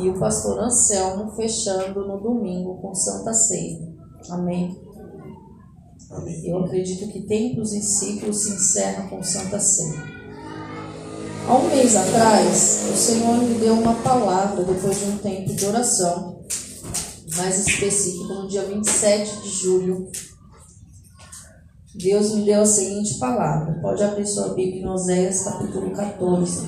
e o pastor Anselmo fechando no domingo com Santa Ceia. Amém? Amém. Eu acredito que templos e ciclos se encerram com Santa Ceia. Há um mês atrás, o Senhor me deu uma palavra depois de um tempo de oração, mais específico, no dia 27 de julho. Deus me deu a seguinte palavra. Pode abrir sua Bíblia em Oséias, capítulo 14.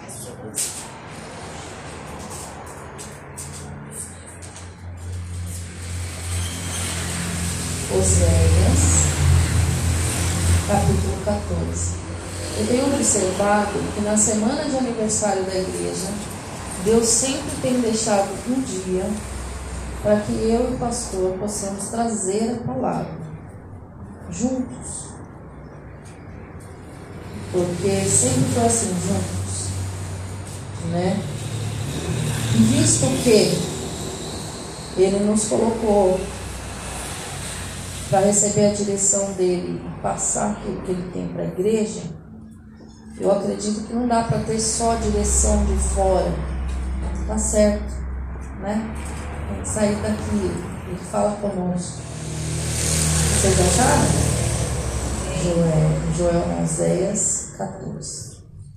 Oséias, capítulo 14. Eu tenho observado que na semana de aniversário da igreja, Deus sempre tem deixado um dia para que eu e o pastor possamos trazer a palavra juntos. Porque sempre foi assim, juntos, né? E visto que Ele nos colocou para receber a direção dele e passar aquilo que ele tem para a igreja, eu acredito que não dá para ter só direção de fora. Tá certo, né? Tem que sair daqui. Ele fala conosco. Vocês acharam? Oséias 14.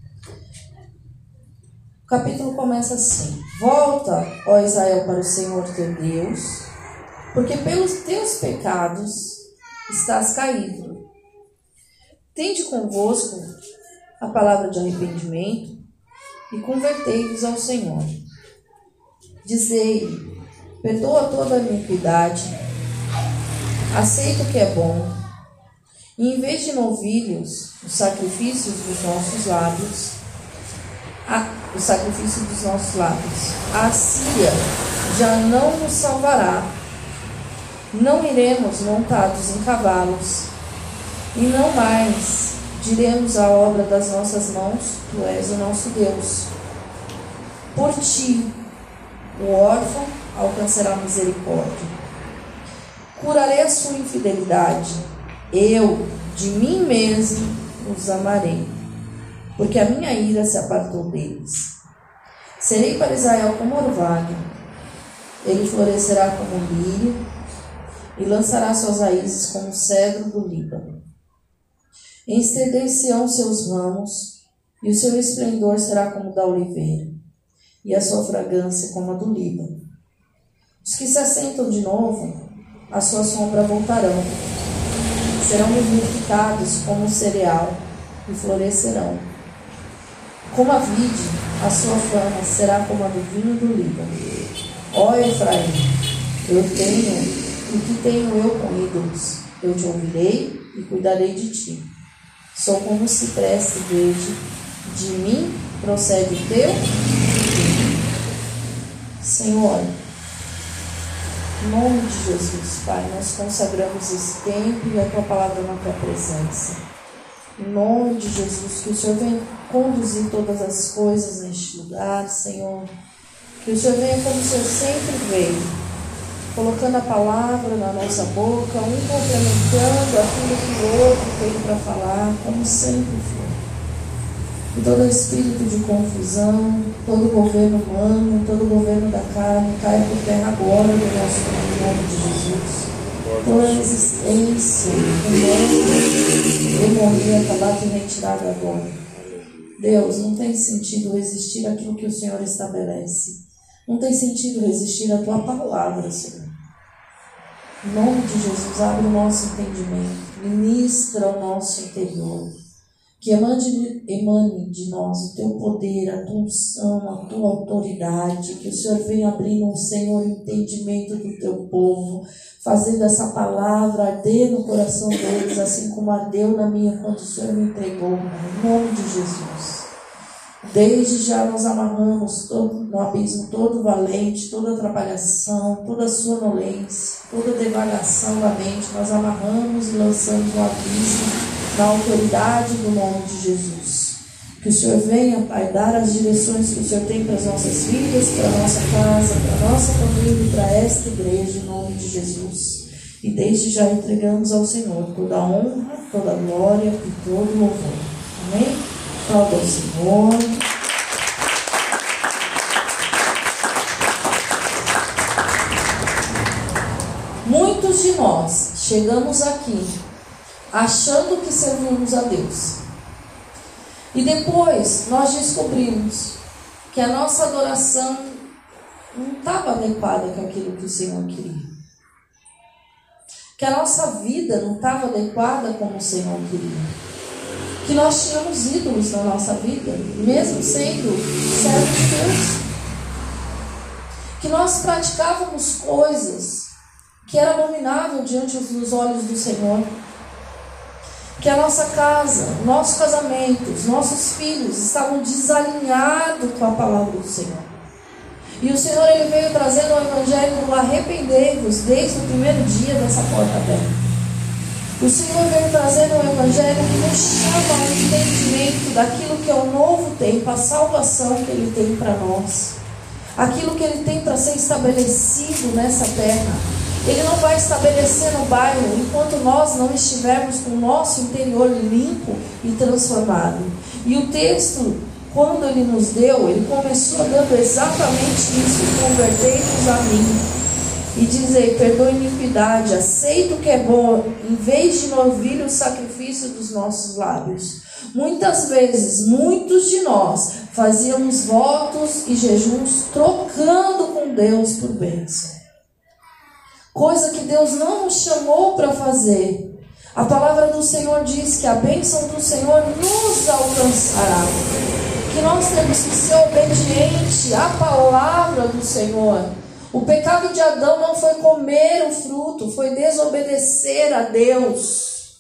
O capítulo começa assim: Volta, ó Israel, para o Senhor teu Deus, porque pelos teus pecados estás caído. Tende convosco a palavra de arrependimento e convertei-vos ao Senhor. Dizei-lhe: perdoa toda a iniquidade, aceita o que é bom, e em vez de novilhos, os sacrifícios dos nossos lábios, a Síria já não nos salvará. Não iremos montados em cavalos, e não mais diremos a obra das nossas mãos: tu és o nosso Deus. Por ti, o órfão alcançará misericórdia. Curarei a sua infidelidade. Eu, de mim mesmo, os amarei, porque a minha ira se apartou deles. Serei para Israel como orvalho. Ele florescerá como um lírio e lançará suas raízes como o cedro do Líbano. Estender-se-ão seus ramos, e o seu esplendor será como o da oliveira, e a sua fragrância como a do Líbano. Os que se assentam de novo, à sua sombra voltarão, serão vivificados como o cereal, e florescerão. Como a vide, a sua fama será como a do vinho do Líbano. Ó Efraim, o que tenho eu com ídolos? Eu te ouvirei e cuidarei de ti. Sou como o cipreste verde, de mim procede o teu vinho. Senhor, em nome de Jesus, Pai, nós consagramos esse tempo e a Tua palavra na Tua presença. Em nome de Jesus, que o Senhor venha conduzir todas as coisas neste lugar, Senhor. Que o Senhor venha como o Senhor sempre veio, colocando a palavra na nossa boca, um complementando aquilo que o outro tem para falar, como sempre foi. E todo espírito de confusão, todo governo humano, todo governo da carne, caia por terra agora no nosso nome de Jesus. Toda resistência, demoníaca, bate retirada agora. Deus, não tem sentido resistir àquilo que o Senhor estabelece. Não tem sentido resistir à Tua palavra, Senhor. Em nome de Jesus, abre o nosso entendimento, ministra o nosso interior. Que emane de nós o Teu poder, a Tua unção, a Tua autoridade. Que o Senhor venha abrindo, Senhor, o entendimento do Teu povo, fazendo essa palavra arder no coração deles, assim como ardeu na minha quando o Senhor me entregou, em nome de Jesus. Desde já nós amarramos no abismo todo valente, toda atrapalhação, toda sonolência, toda devagação da mente, nós amarramos e lançamos no abismo, na autoridade do nome de Jesus. Que o Senhor venha, Pai, dar as direções que o Senhor tem para as nossas vidas, para a nossa casa, para a nossa família e para esta igreja, em nome de Jesus. E desde já entregamos ao Senhor toda a honra, toda a glória e todo o louvor. Amém? Aplauda ao Senhor. chegamos aqui achando que servimos a Deus. E depois nós descobrimos que a nossa adoração não estava adequada com aquilo que o Senhor queria. Que a nossa vida não estava adequada como o Senhor queria. Que nós tínhamos ídolos na nossa vida, mesmo sendo servos de Deus. Que nós praticávamos coisas que era abominável diante dos olhos do Senhor. Que a nossa casa, nosso casamento, os nossos filhos estavam desalinhados com a palavra do Senhor. E o Senhor, Ele veio trazendo o evangelho do arrependei-vos desde o primeiro dia dessa porta aberta. O Senhor veio trazendo um evangelho que nos chama ao entendimento daquilo que é o novo tempo, a salvação que Ele tem para nós. Aquilo que Ele tem para ser estabelecido nessa terra. Ele não vai estabelecer no bairro enquanto nós não estivermos com o nosso interior limpo e transformado. E o texto, quando Ele nos deu, Ele começou dando exatamente isso: convertei-vos a mim. E dizei, perdoa a iniquidade, aceita o que é bom, em vez de novilho o sacrifício dos nossos lábios. Muitas vezes, muitos de nós fazíamos votos e jejuns trocando com Deus por bênção. Coisa que Deus não nos chamou para fazer. A palavra do Senhor diz que a bênção do Senhor nos alcançará. Que nós temos que ser obedientes à palavra do Senhor. O pecado de Adão não foi comer o fruto, foi desobedecer a Deus.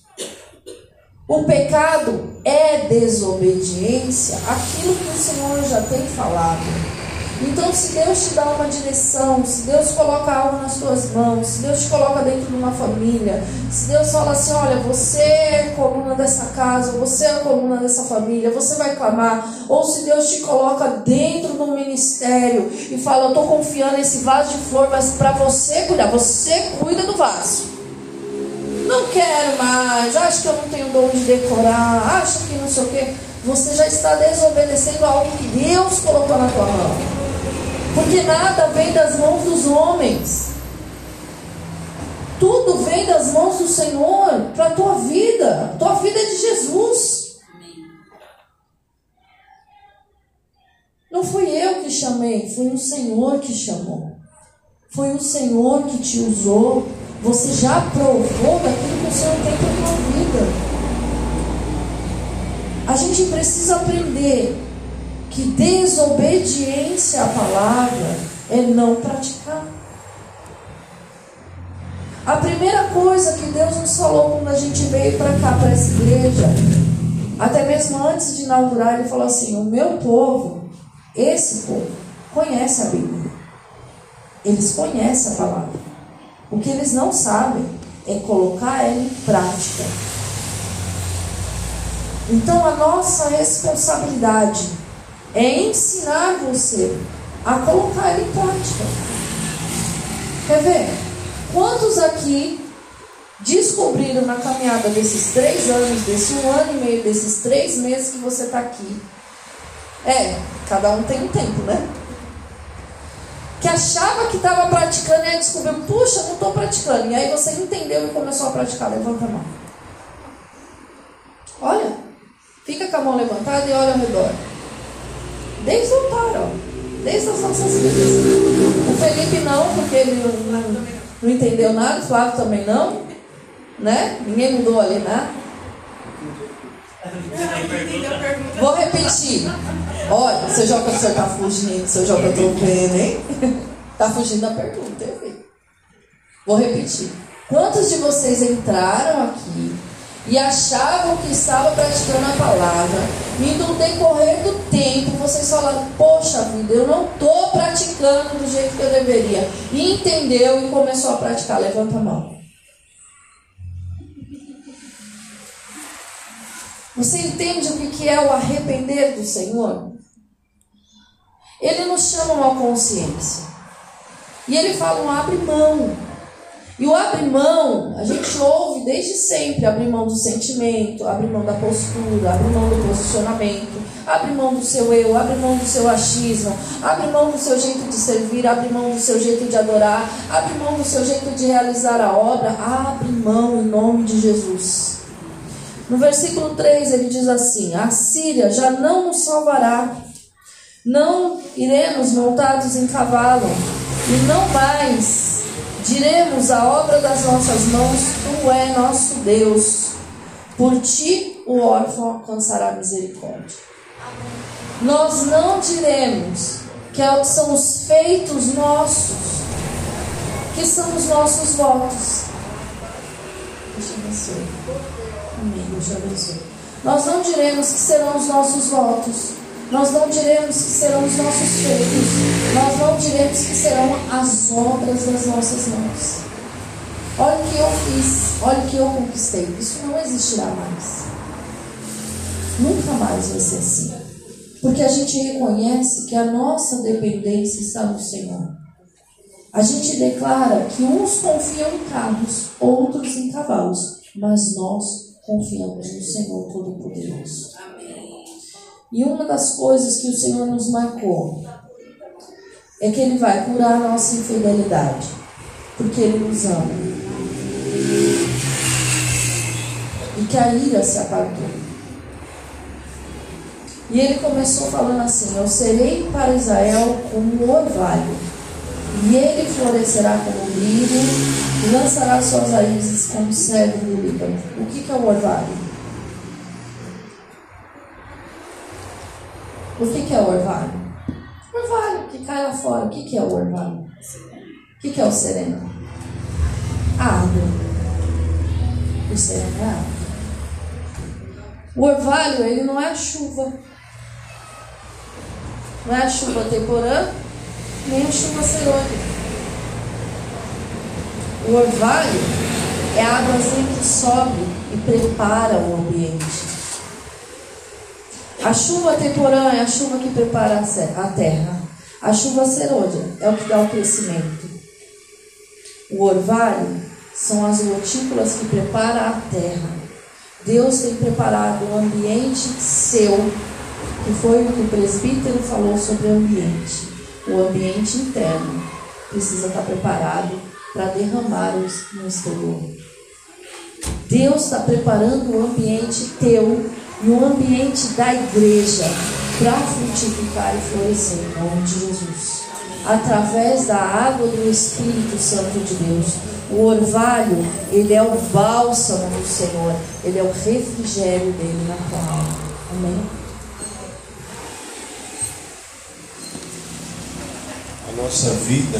O pecado é desobediência àquilo que o Senhor já tem falado. Então, se Deus te dá uma direção, se Deus coloca algo nas tuas mãos, se Deus te coloca dentro de uma família, se Deus fala assim, olha, você é a coluna dessa casa, você é a coluna dessa família, você vai clamar, ou se Deus te coloca dentro do ministério e fala, eu estou confiando nesse vaso de flor, mas para você cuidar, você cuida do vaso. Não quero mais, acho que eu não tenho dom de decorar, acho que não sei o quê. Você já está desobedecendo a algo que Deus colocou na tua mão. Porque nada vem das mãos dos homens. Tudo vem das mãos do Senhor para a tua vida. A tua vida é de Jesus. Não fui eu que chamei, foi o Senhor que chamou. Foi o Senhor que te usou. Você já provou daquilo que o Senhor tem para a tua vida. A gente precisa aprender que desobediência à palavra é não praticar. A primeira coisa que Deus nos falou quando a gente veio para cá, para essa igreja, até mesmo antes de inaugurar, Ele falou assim, o meu povo, esse povo, conhece a Bíblia. Eles conhecem a palavra. O que eles não sabem é colocar ela em prática. Então a nossa responsabilidade é ensinar você a colocar ela em prática. Quer ver? Quantos aqui descobriram na caminhada desses 3 anos, desse 1 ano e meio, desses 3 meses que você está aqui? Cada um tem um tempo, né? Que achava que estava praticando e aí descobriu, puxa, não estou praticando. E aí você entendeu e começou a praticar. Levanta a mão. Olha. Fica com a mão levantada e olha ao redor. Desde o altar, ó. Desde as nossas vidas. O Felipe não, porque ele não entendeu nada. O Flávio também não. Né? Ninguém mudou ali, né? Vou repetir. Olha, seu Joca, o senhor está fugindo. Seu Joca, eu estou vendo, hein? Está fugindo da pergunta, eu vi. Vou repetir. Quantos de vocês entraram aqui e achavam que estavam praticando a palavra, e no decorrer do tempo vocês falaram, poxa vida, eu não estou praticando do jeito que eu deveria, e entendeu e começou a praticar? Levanta a mão. Você entende o que é o arrepender do Senhor? Ele nos chama uma consciência, e Ele fala um abre mão. E o abre mão, a gente ouve desde sempre abrir mão do sentimento, abrir mão da postura, abrir mão do posicionamento, abrir mão do seu eu, abrir mão do seu achismo, abrir mão do seu jeito de servir, abrir mão do seu jeito de adorar, abrir mão do seu jeito de realizar a obra. Abre mão em nome de Jesus. No versículo 3 ele diz assim: a Síria já não nos salvará, não iremos montados em cavalo, e não mais diremos a obra das nossas mãos, tu é nosso Deus, por ti o órfão alcançará misericórdia. Nós não diremos que são os feitos nossos, que são os nossos votos. Deixa eu abençoe. Amém, Deus te abençoe. Nós não diremos que serão os nossos votos. Nós não diremos que serão os nossos feitos. Nós não diremos que serão as obras das nossas mãos. Olha o que eu fiz, olha o que eu conquistei. Isso não existirá mais. Nunca mais vai ser assim. Porque a gente reconhece que a nossa dependência está no Senhor. A gente declara que uns confiam em carros, outros em cavalos, mas nós confiamos no Senhor Todo-Poderoso. E uma das coisas que o Senhor nos marcou é que Ele vai curar a nossa infidelidade, porque Ele nos ama. E que a ira se apartou. E Ele começou falando assim: eu serei para Israel como um orvalho, e ele florescerá como um lírio, e lançará suas raízes como o cedro do Líbano. O que é o orvalho? O que é o orvalho? O orvalho que cai lá fora. O que é o orvalho? O que é o sereno? A água. O sereno é a água. O orvalho, ele não é a chuva. Não é a chuva temporã, nem a chuva serôdia. O orvalho é a águazinha que sobe e prepara o ambiente. A chuva temporã é a chuva que prepara a terra. A chuva serôdia é o que dá o crescimento. O orvalho são as gotículas que preparam a terra. Deus tem preparado um ambiente seu, que foi o que o presbítero falou sobre o ambiente. O ambiente interno precisa estar preparado para derramar no exterior. Deus está preparando o ambiente teu e o ambiente da igreja para frutificar e florescer em nome de Jesus, através da água do Espírito Santo de Deus. O orvalho, ele é o bálsamo do Senhor, ele é o refrigério dele na tua alma. Amém? A nossa vida,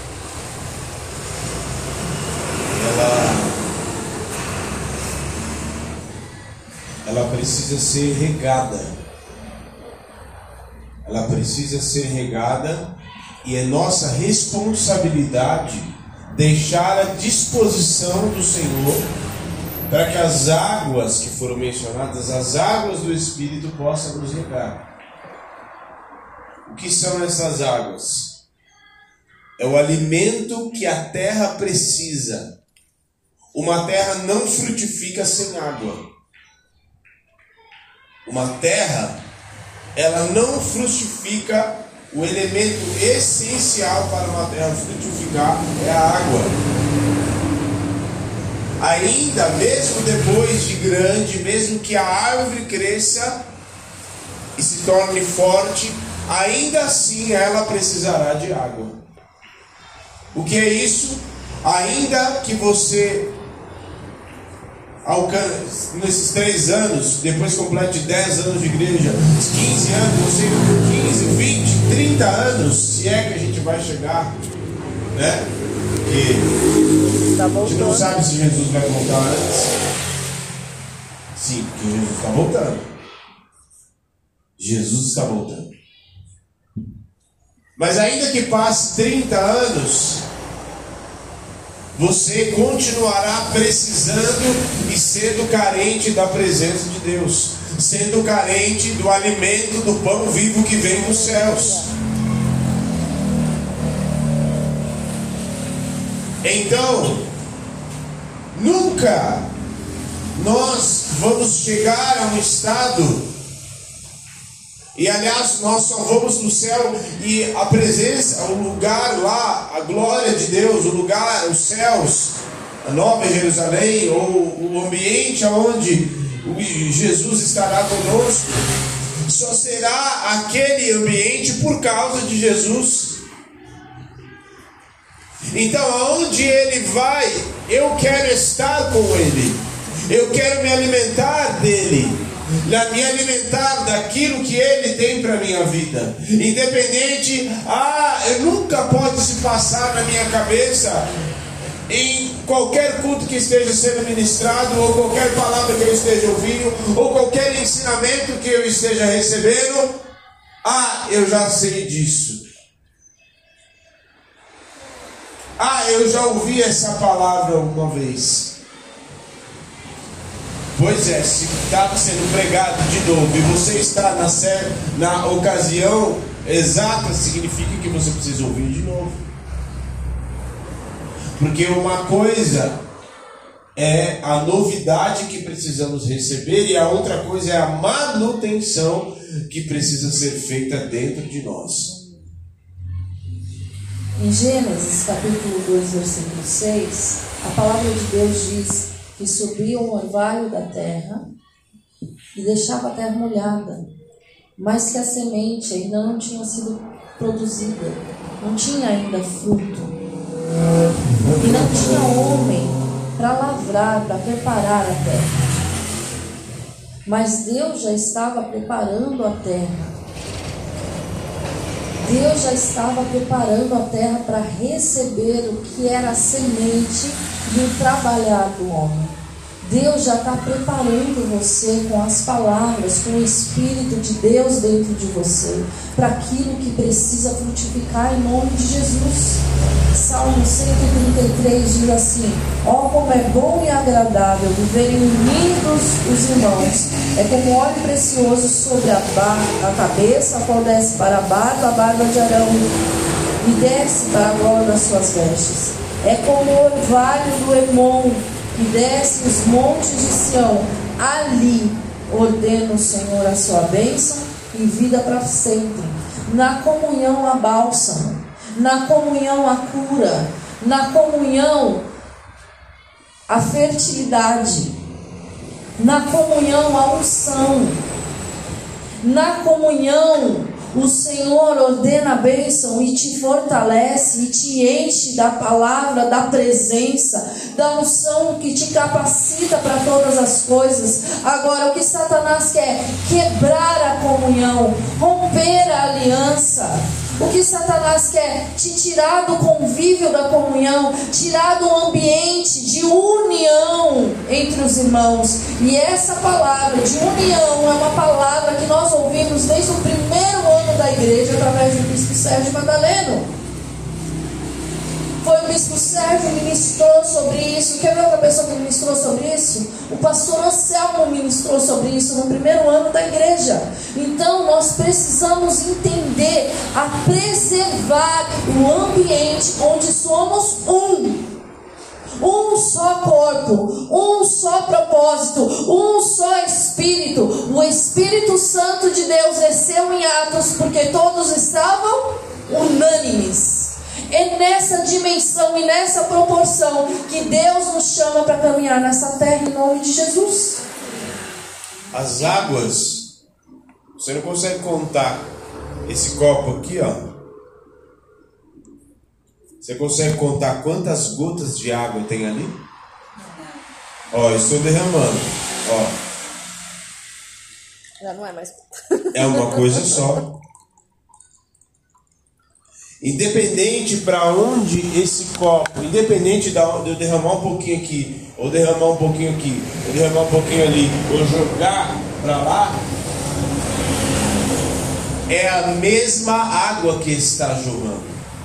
ela precisa ser regada. Ela precisa ser regada e é nossa responsabilidade deixar à disposição do Senhor para que as águas que foram mencionadas, as águas do Espírito, possam nos regar. O que são essas águas? É o alimento que a terra precisa. Uma terra não frutifica sem água. Uma terra, ela não frutifica. O elemento essencial para uma terra frutificar é a água. Ainda, mesmo depois de grande, mesmo que a árvore cresça e se torne forte, ainda assim ela precisará de água. O que é isso? Ainda que você alcance, nesses 3 anos, depois complete 10 anos de igreja, 15 anos, você 15, 20, 30 anos, se é que a gente vai chegar, né? Porque a gente não sabe se Jesus vai voltar antes. Sim, porque Jesus está voltando. Jesus está voltando. Mas ainda que passe 30 anos, você continuará precisando e sendo carente da presença de Deus, sendo carente do alimento do pão vivo que vem dos céus. Então, Nunca nós vamos chegar a um estado, e aliás nós só vamos no céu, e a presença, o lugar lá, a glória de Deus, o lugar, os céus, a Nova Jerusalém, ou o ambiente onde Jesus estará conosco, só será aquele ambiente por causa de Jesus. Então, aonde Ele vai, eu quero estar com Ele, eu quero me alimentar dEle, me alimentar daquilo que Ele tem para a minha vida. Independente, eu nunca pode se passar na minha cabeça, em qualquer culto que esteja sendo ministrado, ou qualquer palavra que eu esteja ouvindo, ou qualquer ensinamento que eu esteja recebendo, eu já sei disso. Eu já ouvi essa palavra uma vez. Pois é, se está sendo pregado de novo e você está na ocasião exata, significa que você precisa ouvir de novo. Porque uma coisa é a novidade que precisamos receber, e a outra coisa é a manutenção que precisa ser feita dentro de nós. Em Gênesis capítulo 2, versículo 6, a palavra de Deus diz que subia um orvalho da terra e deixava a terra molhada, mas que a semente ainda não tinha sido produzida, não tinha ainda fruto, e não tinha homem para lavrar, para preparar a terra. Mas Deus já estava preparando a terra. Deus já estava preparando a terra para receber o que era a semente do trabalhar do homem. Deus já está preparando você com as palavras, com o Espírito de Deus dentro de você, para aquilo que precisa frutificar em nome de Jesus. Salmo 133 diz assim: como é bom e agradável viverem unidos os irmãos. É como óleo precioso sobre a cabeça, a qual desce para a barba de Arão, e desce para a gola das suas vestes. É como o orvalho do Hermon, que desce os montes de Sião. Ali ordena o Senhor a sua bênção e vida para sempre. Na comunhão há bálsamo, na comunhão há cura, na comunhão há fertilidade, na comunhão há unção, na comunhão o Senhor ordena a bênção e te fortalece e te enche da palavra, da presença, da unção que te capacita para todas as coisas. Agora, o que Satanás quer? Quebrar a comunhão, romper a aliança. O que Satanás quer? Te tirar do convívio da comunhão, tirar do ambiente de união entre os irmãos. E essa palavra de união é uma palavra que nós ouvimos desde o primeiro ano da igreja, através do bispo Sérgio Madaleno. Foi o bispo Sérgio que ministrou sobre isso. Quer ver outra pessoa que ministrou sobre isso? O pastor Anselmo ministrou sobre isso no primeiro ano da igreja. Então nós precisamos entender a preservar o ambiente onde somos um só corpo, um só propósito, um só Espírito. O Espírito Santo de Deus desceu em Atos porque todos estavam unânimes. É nessa dimensão e nessa proporção que Deus nos chama para caminhar nessa terra em nome de Jesus. As águas, você não consegue contar esse copo aqui, ó. Você consegue contar quantas gotas de água tem ali? Ó, eu estou derramando. Ó. Já não é mais. É uma coisa só. Independente para onde esse copo, independente de eu derramar um pouquinho aqui, ou derramar um pouquinho aqui, ou derramar um pouquinho ali, ou jogar para lá, é a mesma água que está jorrando.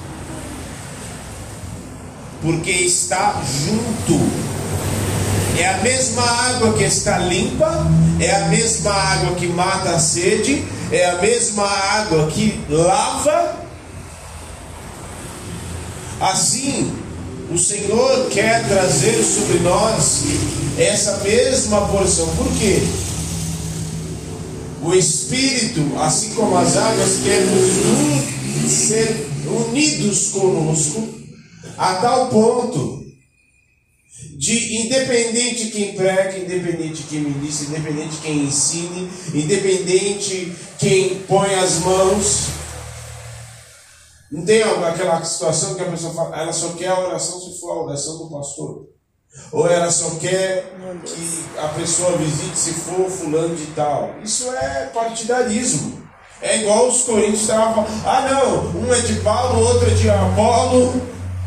Porque está junto. É a mesma água que está limpa, é a mesma água que mata a sede, é a mesma água que lava. Assim, o Senhor quer trazer sobre nós essa mesma porção. Por quê? O Espírito, assim como as águas, quer nos ser unidos conosco, a tal ponto de, independente quem prega, independente quem ministra, independente quem ensine, independente quem põe as mãos, não tem aquela situação que a pessoa fala, ela só quer a oração se for a oração do pastor, ou ela só quer que a pessoa visite se for fulano de tal. Isso é partidarismo. É igual os coríntios estavam falando, não, um é de Paulo, o outro é de Apolo.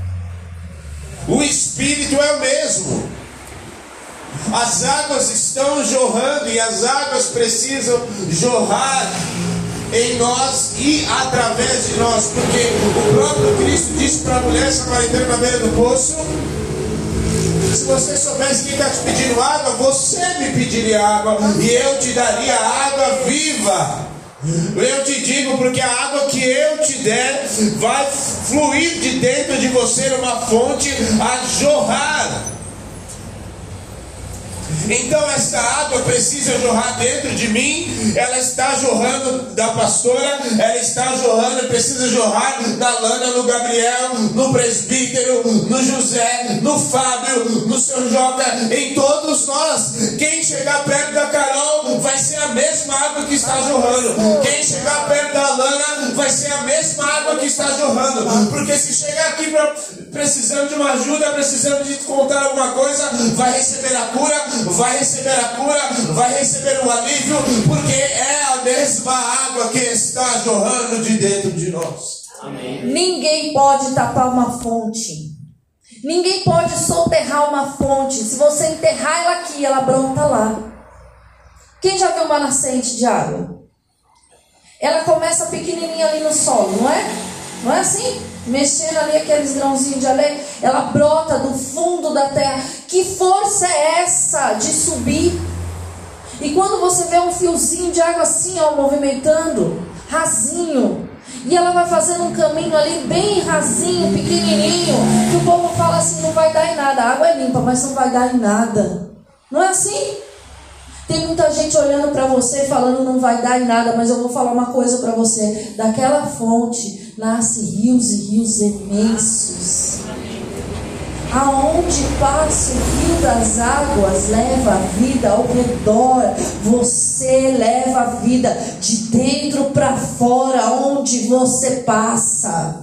O Espírito é o mesmo. As águas estão jorrando e as águas precisam jorrar em nós e através de nós, porque o próprio Cristo disse para a mulher samaritana na beira do poço: se você soubesse quem está te pedindo água, você me pediria água e eu te daria água viva. Eu te digo, porque a água que eu te der vai fluir de dentro de você numa fonte a jorrar. Então esta água precisa jorrar dentro de mim. Ela está jorrando da pastora, ela está jorrando, precisa jorrar na Lana, no Gabriel, no presbítero, no José, no Fábio, no seu Joca, em todos nós. Quem chegar perto da Carol vai ser a mesma água que está jorrando. Quem chegar perto da Lana vai ser a mesma água que está jorrando. Porque se chegar aqui precisando de uma ajuda, precisando de contar alguma coisa, vai receber a cura, vai receber o alívio, porque é a mesma água que está jorrando de dentro de nós. Amém. Ninguém pode tapar uma fonte, ninguém pode soterrar uma fonte. Se você enterrar ela aqui, ela brota lá. Quem já viu uma nascente de água? Ela começa pequenininha ali no solo, não é? Não é assim? Mexendo ali aqueles grãozinhos de areia, ela brota do fundo da terra. Que força é essa de subir? E quando você vê um fiozinho de água assim, ó, movimentando, rasinho, e ela vai fazendo um caminho ali bem rasinho, pequenininho, que o povo fala assim, não vai dar em nada. A água é limpa, mas não vai dar em nada. Não é assim? Tem muita gente olhando para você falando não vai dar em nada, mas eu vou falar uma coisa para você. Daquela fonte nasce rios e rios imensos. Aonde passa o rio das águas leva a vida ao redor. Você leva a vida de dentro para fora, onde você passa.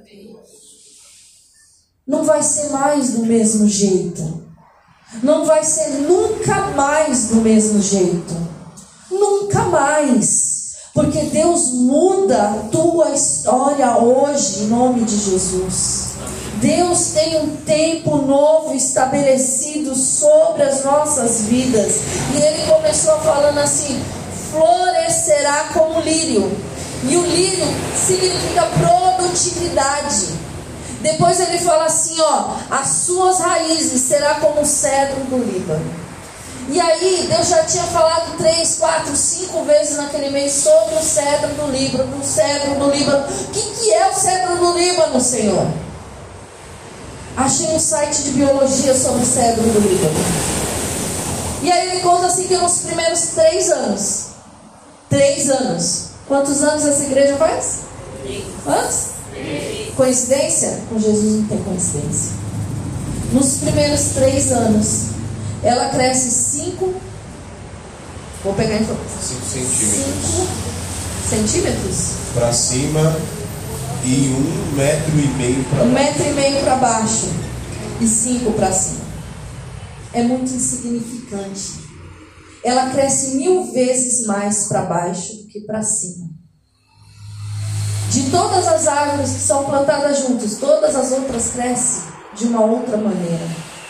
Não vai ser mais do mesmo jeito. Não vai ser nunca mais do mesmo jeito. Nunca mais. Porque Deus muda a tua história hoje, em nome de Jesus. Deus tem um tempo novo estabelecido sobre as nossas vidas. E Ele começou falando assim: florescerá como lírio. E o lírio significa produtividade. Depois ele fala assim, ó, as suas raízes será como o cedro do Líbano. E aí Deus já tinha falado 3, 4, 5 vezes naquele mês sobre o cedro do Líbano, o cedro do Líbano. O que é o cedro do Líbano, Senhor? Achei um site de biologia sobre o cedro do Líbano. E aí ele conta assim que nos primeiros 3 anos. 3 anos. Quantos anos essa igreja faz? 3. Quantos? 3. Coincidência? Com Jesus não tem coincidência. Nos primeiros 3 anos, ela cresce 5. Vou pegar a informação. 5 centímetros. 5 centímetros? Para cima e 1,5 metro para baixo. 1,5 metro para baixo e 5 para cima. É muito insignificante. Ela cresce 1000 vezes mais para baixo do que para cima. De todas as árvores que são plantadas juntas, todas as outras crescem de uma outra maneira.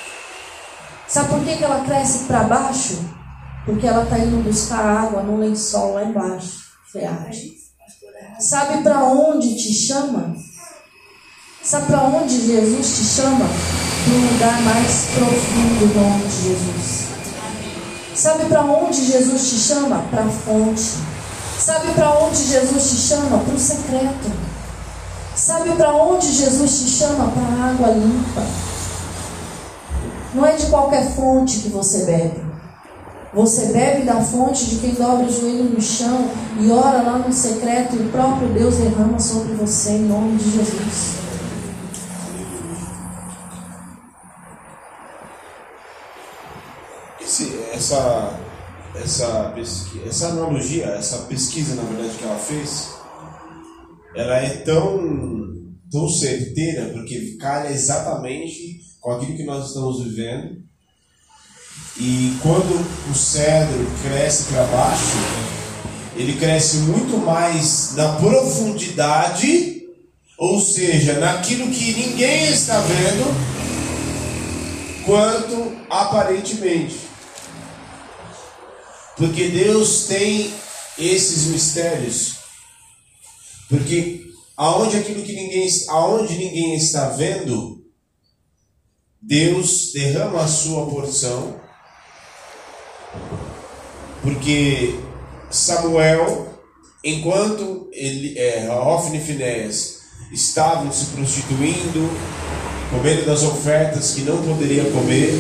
Sabe por que ela cresce para baixo? Porque ela está indo buscar água no lençol lá embaixo, freático. Sabe para onde te chama? Sabe para onde Jesus te chama? Para um lugar mais profundo, em nome de Jesus. Sabe para onde Jesus te chama? Para a fonte. Sabe para onde Jesus te chama? Para o secreto. Sabe para onde Jesus te chama? Para a água limpa. Não é de qualquer fonte que você bebe. Você bebe da fonte de quem dobra o joelho no chão e ora lá no secreto, e o próprio Deus derrama sobre você em nome de Jesus. Essa analogia, essa pesquisa, na verdade, que ela fez, ela é tão certeira, porque calha exatamente com aquilo que nós estamos vivendo. E quando o cedro cresce para baixo, ele cresce muito mais na profundidade, ou seja, naquilo que ninguém está vendo, quanto aparentemente. Porque Deus tem esses mistérios. Porque aonde ninguém está vendo, Deus derrama a sua porção. Porque Samuel, enquanto Hofni e Finéias estavam se prostituindo, comendo das ofertas que não poderia comer,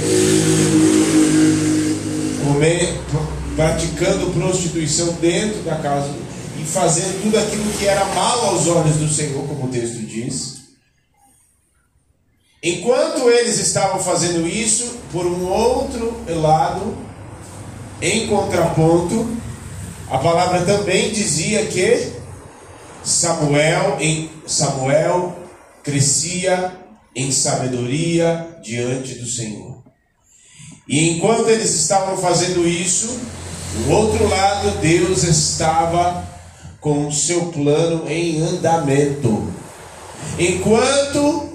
praticando prostituição dentro da casa e fazendo tudo aquilo que era mal aos olhos do Senhor, como o texto diz. Enquanto eles estavam fazendo isso, por um outro lado, em contraponto, a palavra também dizia que Samuel crescia em sabedoria diante do Senhor. E enquanto eles estavam fazendo isso, do outro lado, Deus estava com o seu plano em andamento. Enquanto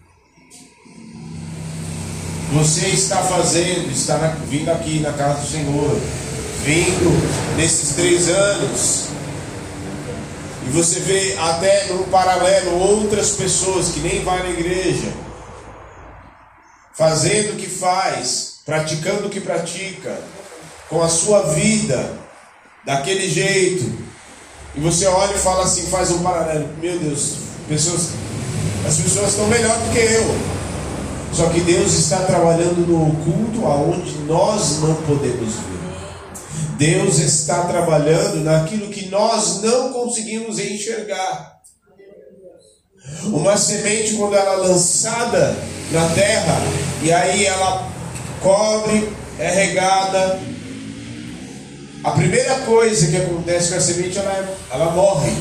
você está vindo aqui na casa do Senhor, vindo nesses 3 anos, e você vê até no paralelo outras pessoas que nem vão na igreja, fazendo o que faz, praticando o que pratica, com a sua vida, daquele jeito, e você olha e fala assim, faz um paralelo, meu Deus, as pessoas estão melhor do que eu. Só que Deus está trabalhando no oculto aonde nós não podemos ver. Deus está trabalhando naquilo que nós não conseguimos enxergar. Uma semente, quando ela é lançada na terra, e aí ela cobre, é regada, a primeira coisa que acontece com a semente, ela morre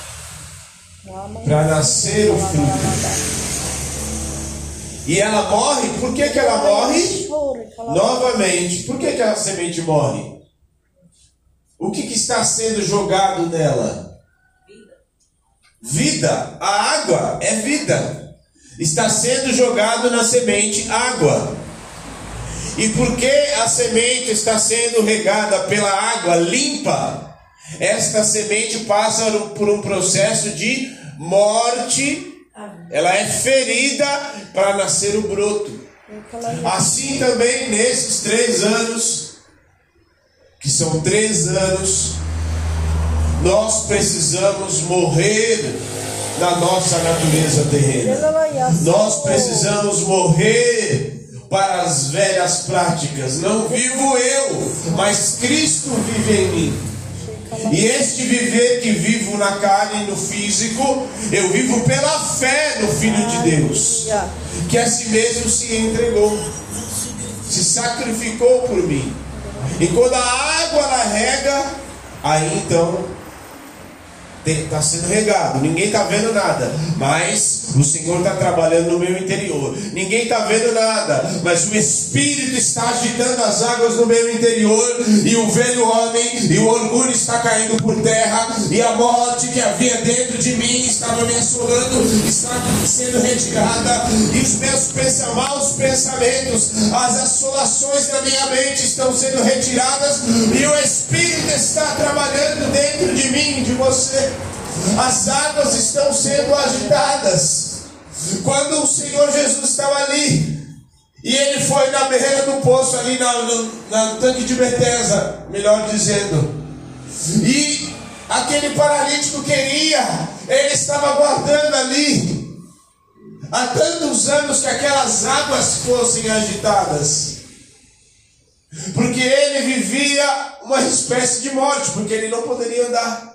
para nascer o fruto. E ela morre, por que ela morre? Novamente, por que a semente morre? O que está sendo jogado nela? Vida. A água é vida. Está sendo jogado na semente água. E porque a semente está sendo regada pela água limpa, esta semente passa por um processo de morte. Ela é ferida para nascer o broto. Assim também nesses 3 anos, que são 3 anos, nós precisamos morrer na nossa natureza terrena. Nós precisamos morrer para as velhas práticas. Não vivo eu, mas Cristo vive em mim. E este viver que vivo na carne e no físico, eu vivo pela fé no Filho de Deus, que a si mesmo se entregou, se sacrificou por mim. E quando a água ela rega, aí então está sendo regado, ninguém está vendo nada, mas o Senhor está trabalhando no meu interior. Ninguém está vendo nada, mas o Espírito está agitando as águas no meu interior, e o velho homem e o orgulho está caindo por terra, e a morte que havia dentro de mim estava me assolando, está sendo retirada, e os meus maus pensamentos, as assolações da minha mente estão sendo retiradas, e o Espírito está trabalhando dentro de mim, de você. As águas estão sendo agitadas. Quando o Senhor Jesus estava ali, e ele foi na beira do poço, ali no tanque de Betesda, melhor dizendo, e aquele paralítico ele estava aguardando ali. há tantos anos que aquelas águas fossem agitadas. Porque ele vivia uma espécie de morte, porque ele não poderia andar.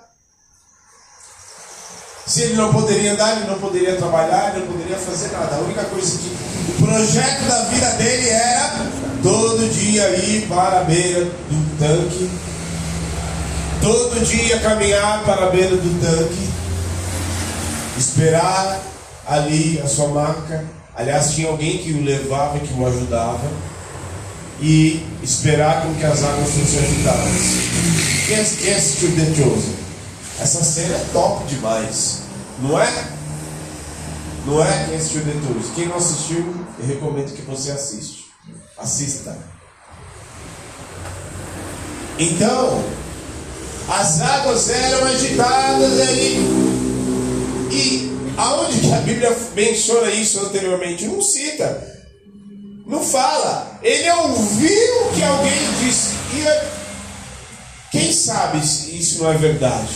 Se ele não poderia andar, ele não poderia trabalhar, ele não poderia fazer nada. A única coisa que o projeto da vida dele era todo dia ir para a beira do tanque, todo dia caminhar para a beira do tanque, esperar ali a sua maca. Aliás, tinha alguém que o levava e que o ajudava, e esperar com que as águas fossem agitadas. Quem assistiu The Chosen? Essa cena é top demais, não é? Não é? Quem assistiu The Chosen? Quem não assistiu, eu recomendo que você assista. Então, as águas eram agitadas ali. E aonde que a Bíblia menciona isso anteriormente? Não cita. Não fala. Ele ouviu que alguém disse. E quem sabe se isso não é verdade?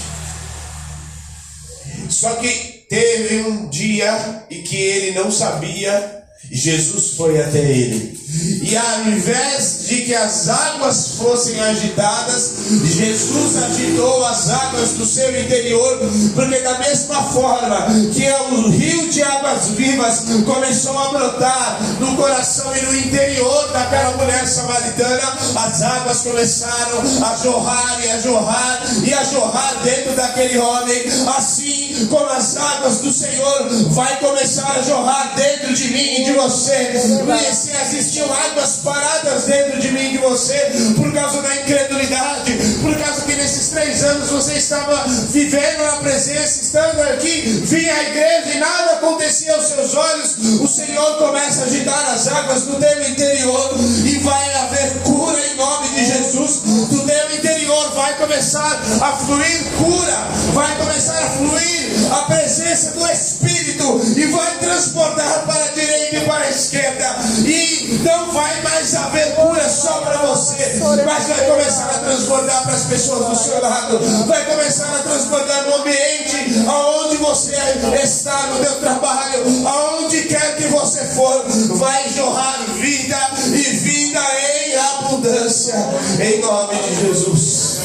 Só que teve um dia em que ele não sabia, e Jesus foi até ele. E ao invés de que as águas fossem agitadas, Jesus agitou as águas do seu interior, porque da mesma forma que o rio de águas vivas começou a brotar no coração e no interior daquela mulher samaritana, as águas começaram a jorrar e a jorrar e a jorrar dentro daquele homem. Assim como as águas do Senhor vai começar a jorrar dentro de mim e de você. Se existiam águas paradas dentro de mim e de você por causa da incredulidade, por causa que nesses 3 anos você estava vivendo na presença, estando aqui, vinha à igreja e nada acontecia aos seus olhos, o Senhor começa a agitar as águas do teu interior e vai haver cura em nome de Jesus. Do teu interior vai começar a fluir cura, vai começar a fluir a presença do Espírito e vai transportar para a direita e para a esquerda, e não vai mais haver cura só para você, mas vai começar a transbordar para as pessoas do seu lado, vai começar a transbordar no ambiente aonde você está, no teu trabalho, aonde quer que você for, vai jorrar vida e vida em abundância, em nome de Jesus.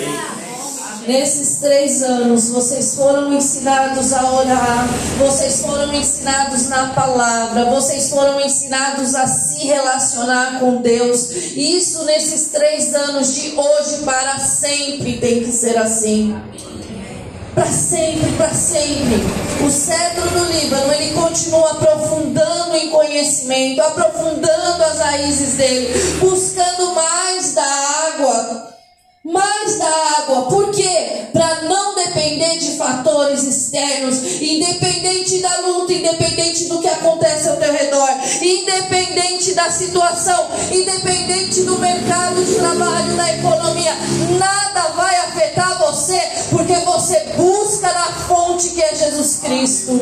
Nesses 3 anos, vocês foram ensinados a orar, vocês foram ensinados na palavra, vocês foram ensinados a se relacionar com Deus. E isso nesses 3 anos, de hoje para sempre, tem que ser assim. Para sempre, para sempre. O cedro do Líbano, ele continua aprofundando em conhecimento, aprofundando as raízes dele, buscando mais da água. Mais da água. Por quê? Para não depender de fatores externos, independente da luta, independente do que acontece ao teu redor, independente da situação, independente do mercado de trabalho, da economia, nada vai afetar você, porque você busca na fonte que é Jesus Cristo.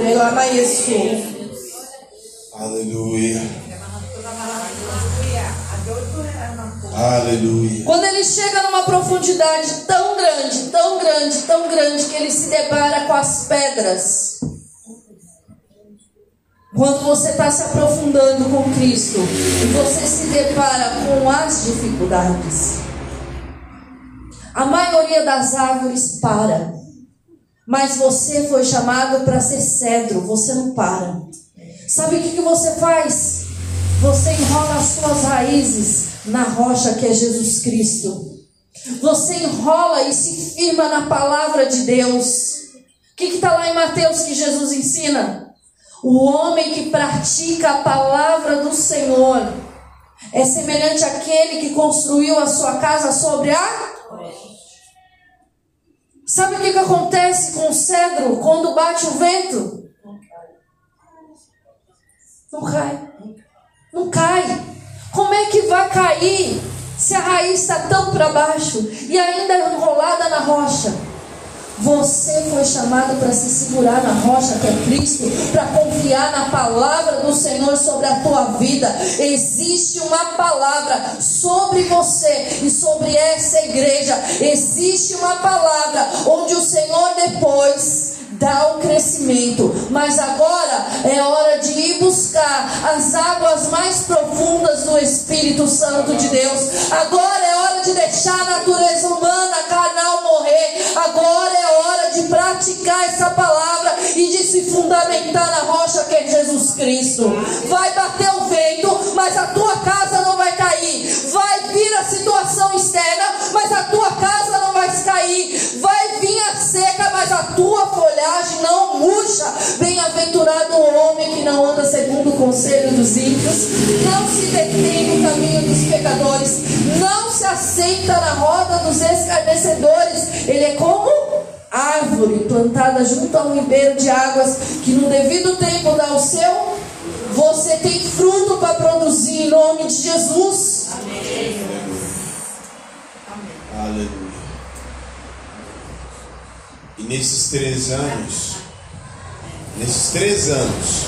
Aleluia. Aleluia. Quando ele chega numa profundidade tão grande, tão grande, tão grande, que ele se depara com as pedras. Quando você está se aprofundando com Cristo e você se depara com as dificuldades, a maioria das árvores para, mas você foi chamado para ser cedro, você não para. Sabe o que você faz? Você enrola as suas raízes na rocha que é Jesus Cristo. Você enrola e se firma na palavra de Deus. O que está lá em Mateus que Jesus ensina? O homem que pratica a palavra do Senhor é semelhante àquele que construiu a sua casa sobre a... Sabe o que acontece com o cedro quando bate o vento? Não cai. Não cai. Como é que vai cair se a raiz está tão para baixo e ainda enrolada na rocha? Você foi chamado para se segurar na rocha que é Cristo, para confiar na palavra do Senhor sobre a tua vida. Existe uma palavra sobre você e sobre essa igreja. Existe uma palavra onde o Senhor depois dá o crescimento. Mas agora é hora de ir buscar as águas mais profundas do Espírito Santo de Deus. Agora é hora de deixar a natureza humana, carnal, morrer. Agora é hora de praticar essa palavra e de se fundamentar na rocha que é Jesus Cristo. Vai bater o vento, mas a tua casa não vai cair. Vai vir a situação externa, mas a tua casa não vai cair. Vai vir a seca, mas a tua folhagem não murcha. Bem-aventurado o homem que não anda segundo o conselho dos ímpios, não se detém no caminho dos pecadores, não se assenta na roda dos escarnecedores. Ele é como árvore plantada junto a um ribeiro de águas, que no devido tempo dá o seu. Você tem fruto para produzir em nome de Jesus. Amém. Aleluia. E nesses 3 anos,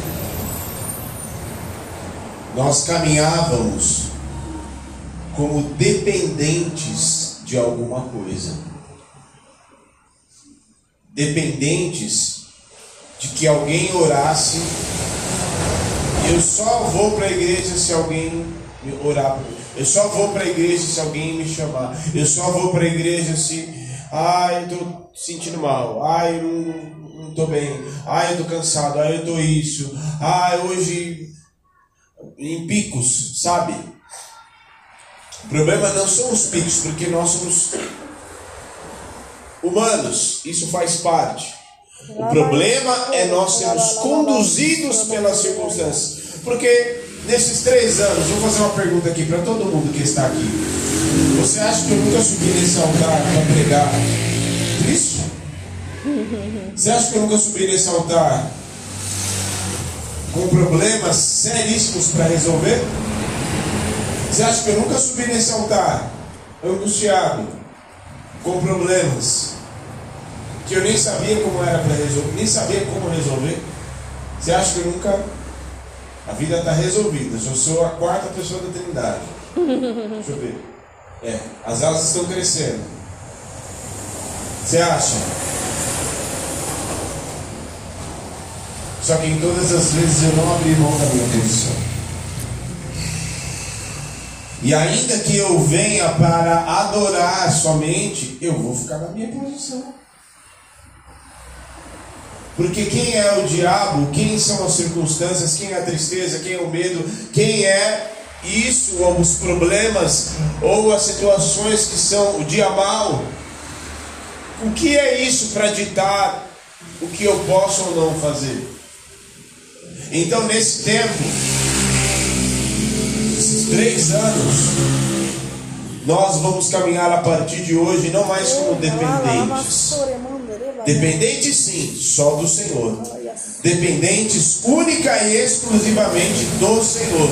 nós caminhávamos como dependentes de alguma coisa. Dependentes de que alguém orasse. Eu só vou para a igreja se alguém me orar por mim. Eu só vou para a igreja se alguém me chamar. Eu só vou para a igreja se... eu estou sentindo mal. Eu não estou bem. Eu estou cansado. Eu estou isso. Hoje... Em picos, sabe? O problema não são os picos, porque nós somos humanos. Isso faz parte. O problema é nós sermos conduzidos pelas circunstâncias. Porque nesses 3 anos, vou fazer uma pergunta aqui para todo mundo que está aqui. Você acha que eu nunca subi nesse altar para pregar isso? Você acha que eu nunca subi nesse altar com problemas seríssimos para resolver? Você acha que eu nunca subi nesse altar angustiado, com problemas que eu nem sabia como era para resolver, nem sabia como resolver? Você acha que eu nunca... A vida está resolvida. Eu sou a 4ª pessoa da Trindade. Deixa eu ver. As asas estão crescendo. Você acha? Só que em todas as vezes eu não abri mão da minha posição. E ainda que eu venha para adorar somente, eu vou ficar na minha posição. Porque quem é o diabo, quem são as circunstâncias, quem é a tristeza, quem é o medo, quem é isso, ou os problemas, ou as situações que são o dia mal. O que é isso para ditar o que eu posso ou não fazer? Então nesse tempo, esses 3 anos, nós vamos caminhar a partir de hoje não mais como dependentes. Dependentes sim, só do Senhor. Dependentes única e exclusivamente do Senhor.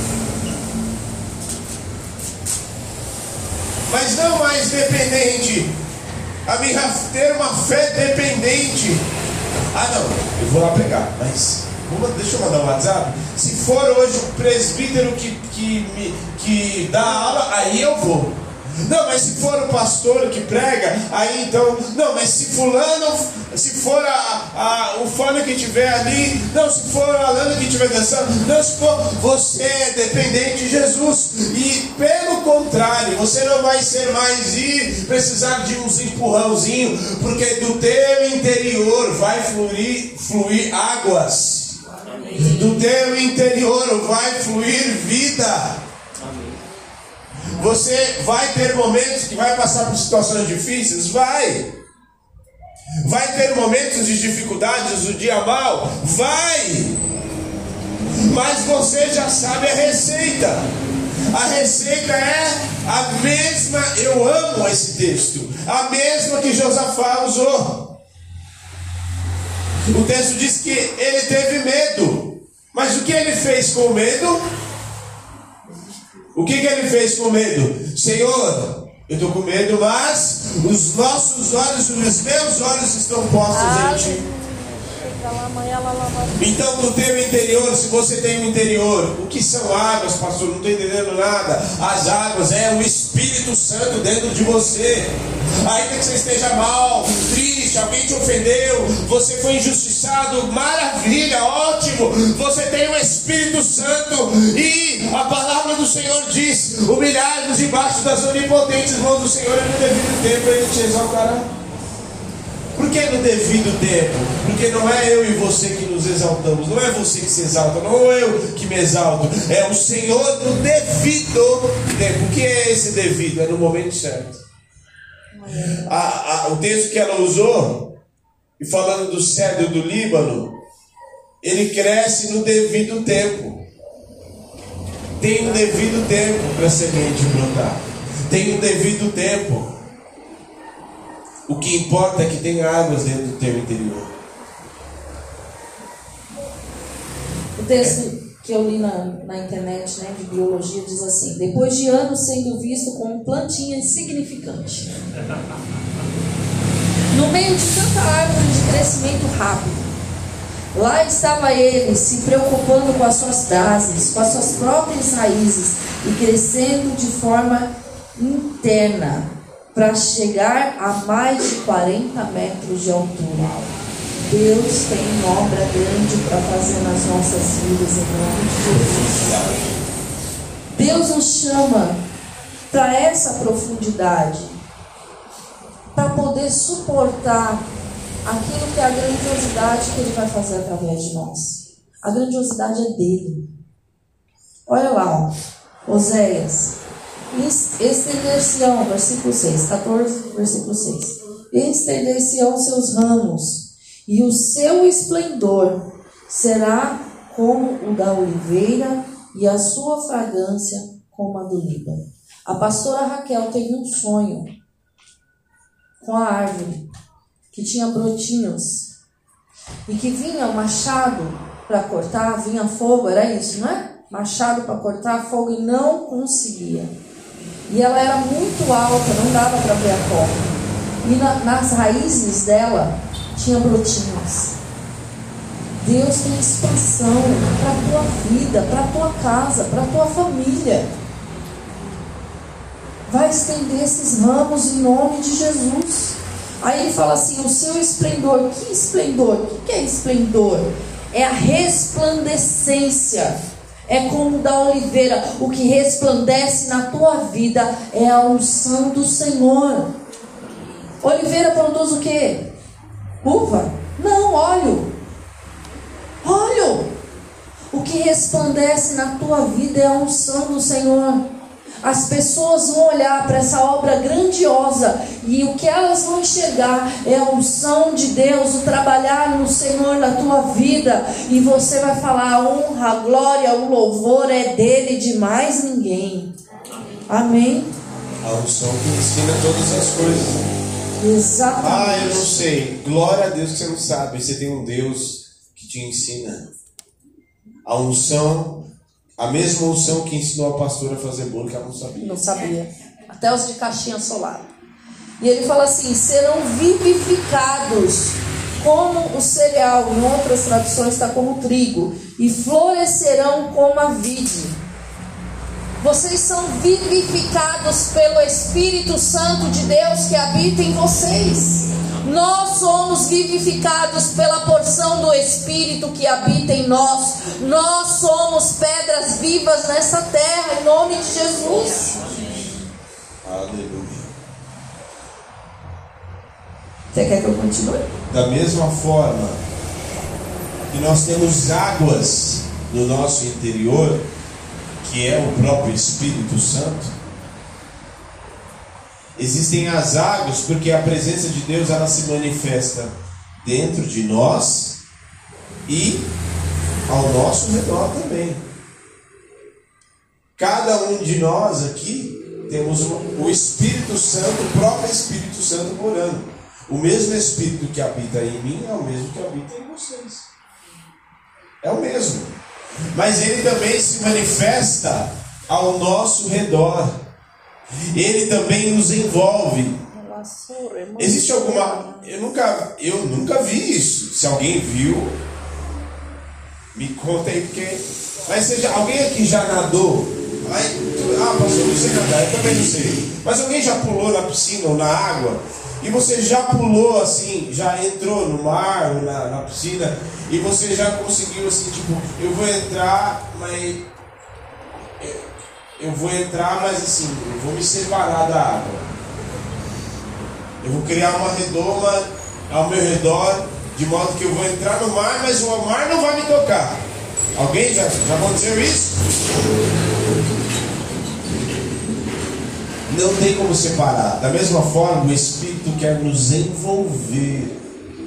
Mas não mais dependente. Ter uma fé dependente. Não, eu vou lá pregar, mas deixa eu mandar um WhatsApp. Se for hoje o presbítero que dá aula, aí eu vou. Não, mas se for o pastor que prega, aí então... Não, mas se fulano... Se for o fone que estiver ali... Não, se for a Alana que estiver dançando... Não, se for... Você é dependente de Jesus. E pelo contrário, você não vai ser mais precisar de uns empurrãozinhos, porque do teu interior vai fluir águas. Do teu interior vai fluir vida. Você vai ter momentos que vai passar por situações difíceis? Vai ter momentos de dificuldades do dia mal? Vai! Mas você já sabe a receita. A receita é a mesma, eu amo esse texto, a mesma que Josafá usou. O texto diz que ele teve medo. Mas o que ele fez com medo? O que ele fez com medo? Senhor, eu estou com medo, mas os nossos olhos, os meus olhos estão postos em Ti. Então no teu interior, se você tem um interior, o que são águas, pastor? Não estou entendendo nada. As águas é o Espírito Santo dentro de você. Ainda que você esteja mal, triste, alguém te ofendeu, você foi injustiçado, maravilha, ótimo, você tem o Espírito Santo, e a palavra do Senhor diz: humilhai-vos debaixo das onipotentes mãos do Senhor, e no devido tempo Ele te exaltará. Por que no devido tempo? Porque não é eu e você que nos exaltamos, não é você que se exalta, não é eu que me exalto, é o Senhor no devido tempo. O que é esse devido? É no momento certo. O texto que ela usou, e falando do cedro do Líbano, ele cresce no devido tempo. Tem um devido tempo para a semente brotar, tem um devido tempo. O que importa é que tem águas dentro do teu interior. O texto que eu li na internet, né, de biologia, diz assim: depois de anos sendo visto como plantinha insignificante, no meio de tanta árvore de crescimento rápido, lá estava ele se preocupando com as suas bases, com as suas próprias raízes, e crescendo de forma interna, para chegar a mais de 40 metros de altura. Deus tem obra grande para fazer nas nossas vidas, em nome de Jesus. Deus nos chama para essa profundidade, para poder suportar aquilo que é a grandiosidade que Ele vai fazer através de nós. A grandiosidade é dele. Olha lá, Oséias: estender-se-ão, versículo 6, 14, versículo 6. Estender-se-ão seus ramos, e o seu esplendor será como o da oliveira, e a sua fragrância como a do Líbano. A pastora Raquel teve um sonho com a árvore que tinha brotinhos, e que vinha machado para cortar, vinha fogo, era isso, não é? Machado para cortar fogo, e não conseguia. E ela era muito alta, não dava para ver a porta. E nas raízes dela tinha brotinhos. Deus tem expansão para a tua vida, para a tua casa, para a tua família. Vai estender esses ramos em nome de Jesus. Aí ele fala assim: o seu esplendor. Que esplendor? O que é esplendor? É a resplandecência. É como da oliveira. O que resplandece na tua vida é a unção do Senhor. Oliveira produz o quê? Uva? Não, óleo. Óleo. O que resplandece na tua vida é a unção do Senhor. As pessoas vão olhar para essa obra grandiosa, e o que elas vão enxergar é a unção de Deus, o trabalhar no Senhor na tua vida. E você vai falar: a honra, a glória, o louvor é dele, de mais ninguém. Amém? A unção que ensina todas as coisas. Exatamente. Eu não sei. Glória a Deus que você não sabe. Você tem um Deus que te ensina. A unção, a mesma unção que ensinou a pastora a fazer bolo, que ela não sabia. Não sabia. Até os de caixinha solar. E ele fala assim: serão vivificados como o cereal. Em outras traduções está como trigo. E florescerão como a vide. Vocês são vivificados pelo Espírito Santo de Deus que habita em vocês. Nós somos vivificados pela porção do Espírito que habita em nós. Nós somos pedras vivas nessa terra, em nome de Jesus. Aleluia. Você quer que eu continue? Da mesma forma que nós temos águas no nosso interior, que é o próprio Espírito Santo, existem as águas, porque a presença de Deus, ela se manifesta dentro de nós e ao nosso redor também. Cada um de nós aqui temos o Espírito Santo, o próprio Espírito Santo morando. O mesmo Espírito que habita em mim é o mesmo que habita em vocês. É o mesmo. Mas ele também se manifesta ao nosso redor. Ele também nos envolve. Existe alguma... Eu nunca vi isso. Se alguém viu, me conta aí, porque... Mas alguém aqui já nadou? Pastor, não sei nadar, eu também não sei. Mas alguém já pulou na piscina ou na água e você já pulou assim, já entrou no mar ou na piscina, e você já conseguiu assim, tipo, eu vou entrar, mas assim, eu vou me separar da água. Eu vou criar uma redoma ao meu redor, de modo que eu vou entrar no mar, mas o mar não vai me tocar. Alguém já aconteceu isso? Não tem como separar. Da mesma forma, o Espírito quer nos envolver.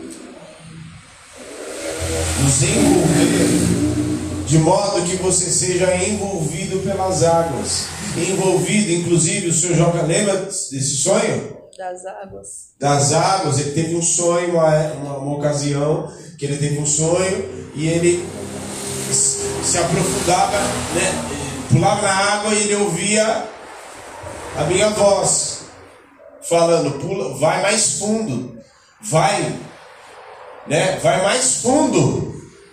Nos envolver, de modo que você seja envolvido pelas águas. Envolvido, inclusive, o Senhor joga, lembra desse sonho? Das águas, ele teve um sonho, uma ocasião, que ele teve um sonho, e ele se aprofundava, né? Pulava na água e ele ouvia a minha voz falando, pula, vai mais fundo, vai mais fundo,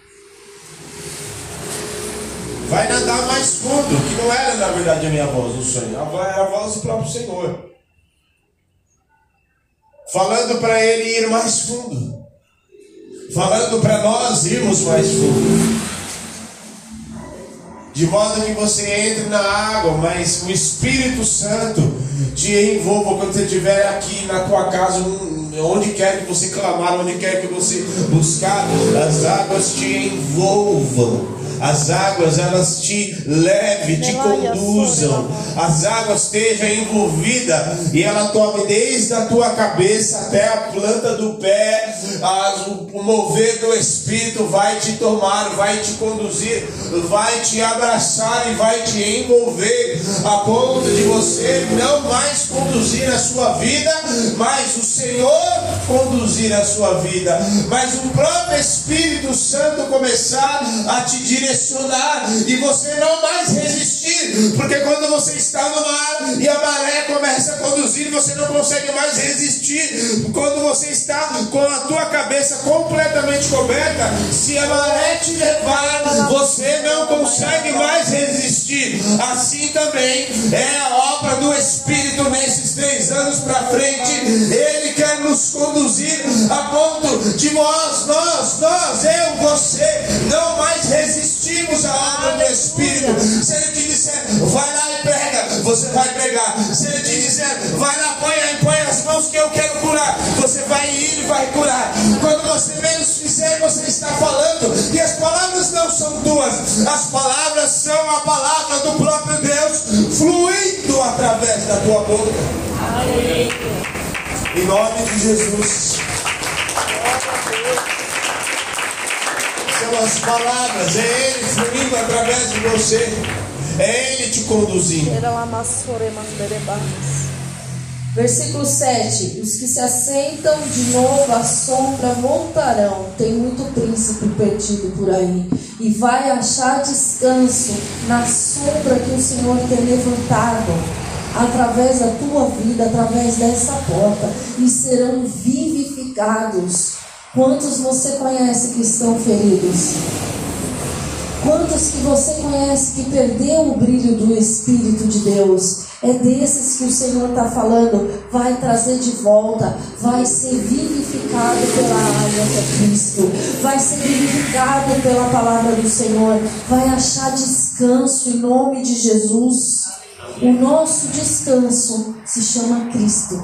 vai nadar mais fundo, que não era na verdade a minha voz no sonho, era a voz do próprio Senhor, falando para ele ir mais fundo, falando para nós irmos mais fundo, de modo que você entre na água, mas o Espírito Santo te envolva quando você estiver aqui na tua casa, onde quer que você clamar, onde quer que você buscar, as águas te envolvam. As águas, elas te levem, te conduzam. As águas estejam envolvidas e ela tome desde a tua cabeça até a planta do pé. O mover do Espírito vai te tomar, vai te conduzir, vai te abraçar e vai te envolver, a ponto de você não mais conduzir a sua vida, mas o Senhor conduzir a sua vida, mas o próprio Espírito Santo começar a te direcionar e você não mais resistir, porque quando você está no mar e a maré começa a conduzir, você não consegue mais resistir. Quando você está com a tua cabeça completamente coberta, se a maré te levar, você não consegue mais resistir. Assim também é a obra do Espírito nesses 3 anos para frente. Ele quer nos conduzir a ponto de nós, eu, você, não mais resistimos à obra do Espírito. Se ele te disser, vai lá e prega, você vai pregar. Se ele te disser, vai lá, põe as mãos que eu quero curar, você vai ir e vai curar. Quando você menos fizer, você está falando, e as palavras não são tuas, as palavras são a palavra do próprio Deus fluindo através da tua boca. Em nome de Jesus. São as palavras, é Ele fluindo através de você, é Ele te conduzindo. Versículo 7: os que se assentam de novo à sombra voltarão. Tem muito príncipe perdido por aí, e vai achar descanso na sombra que o Senhor tem levantado através da tua vida, através dessa porta, e serão vivificados. Quantos você conhece que estão feridos? Quantos que você conhece que perdeu o brilho do Espírito de Deus? É desses que o Senhor está falando. Vai trazer de volta, vai ser vivificado pela água que é Cristo, vai ser vivificado pela palavra do Senhor, vai achar descanso em nome de Jesus. O nosso descanso se chama Cristo.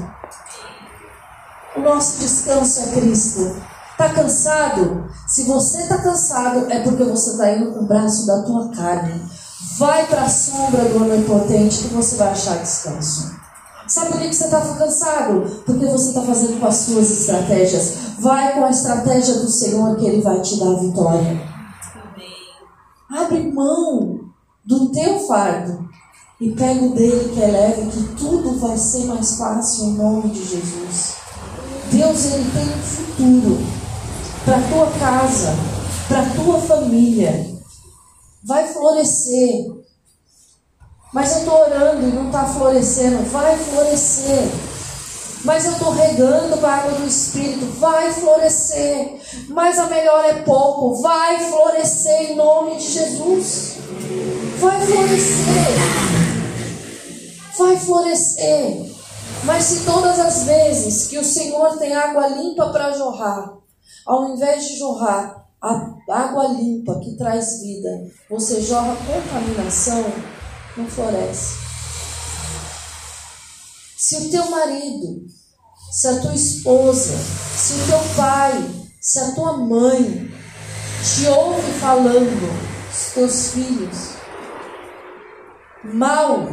O nosso descanso é Cristo. Está cansado? Se você está cansado, é porque você está indo com o braço da tua carne. Vai para a sombra do Onipotente que você vai achar descanso. Sabe por que você está cansado? Porque você está fazendo com as suas estratégias. Vai com a estratégia do Senhor que Ele vai te dar a vitória. Abre mão do teu fardo e pega o dele que é leve, que tudo vai ser mais fácil em nome de Jesus. Deus, Ele tem um futuro para a tua casa, para a tua família. Vai florescer. Mas eu estou orando e não está florescendo. Vai florescer. Mas eu estou regando com a água do Espírito. Vai florescer. Mas a melhor é pouco. Vai florescer em nome de Jesus. Vai florescer. Vai florescer. Mas se todas as vezes que o Senhor tem água limpa para jorrar, ao invés de jorrar a água limpa que traz vida, você jorra contaminação, não floresce. Se o teu marido, se a tua esposa, se o teu pai, se a tua mãe te ouve falando, os teus filhos, mal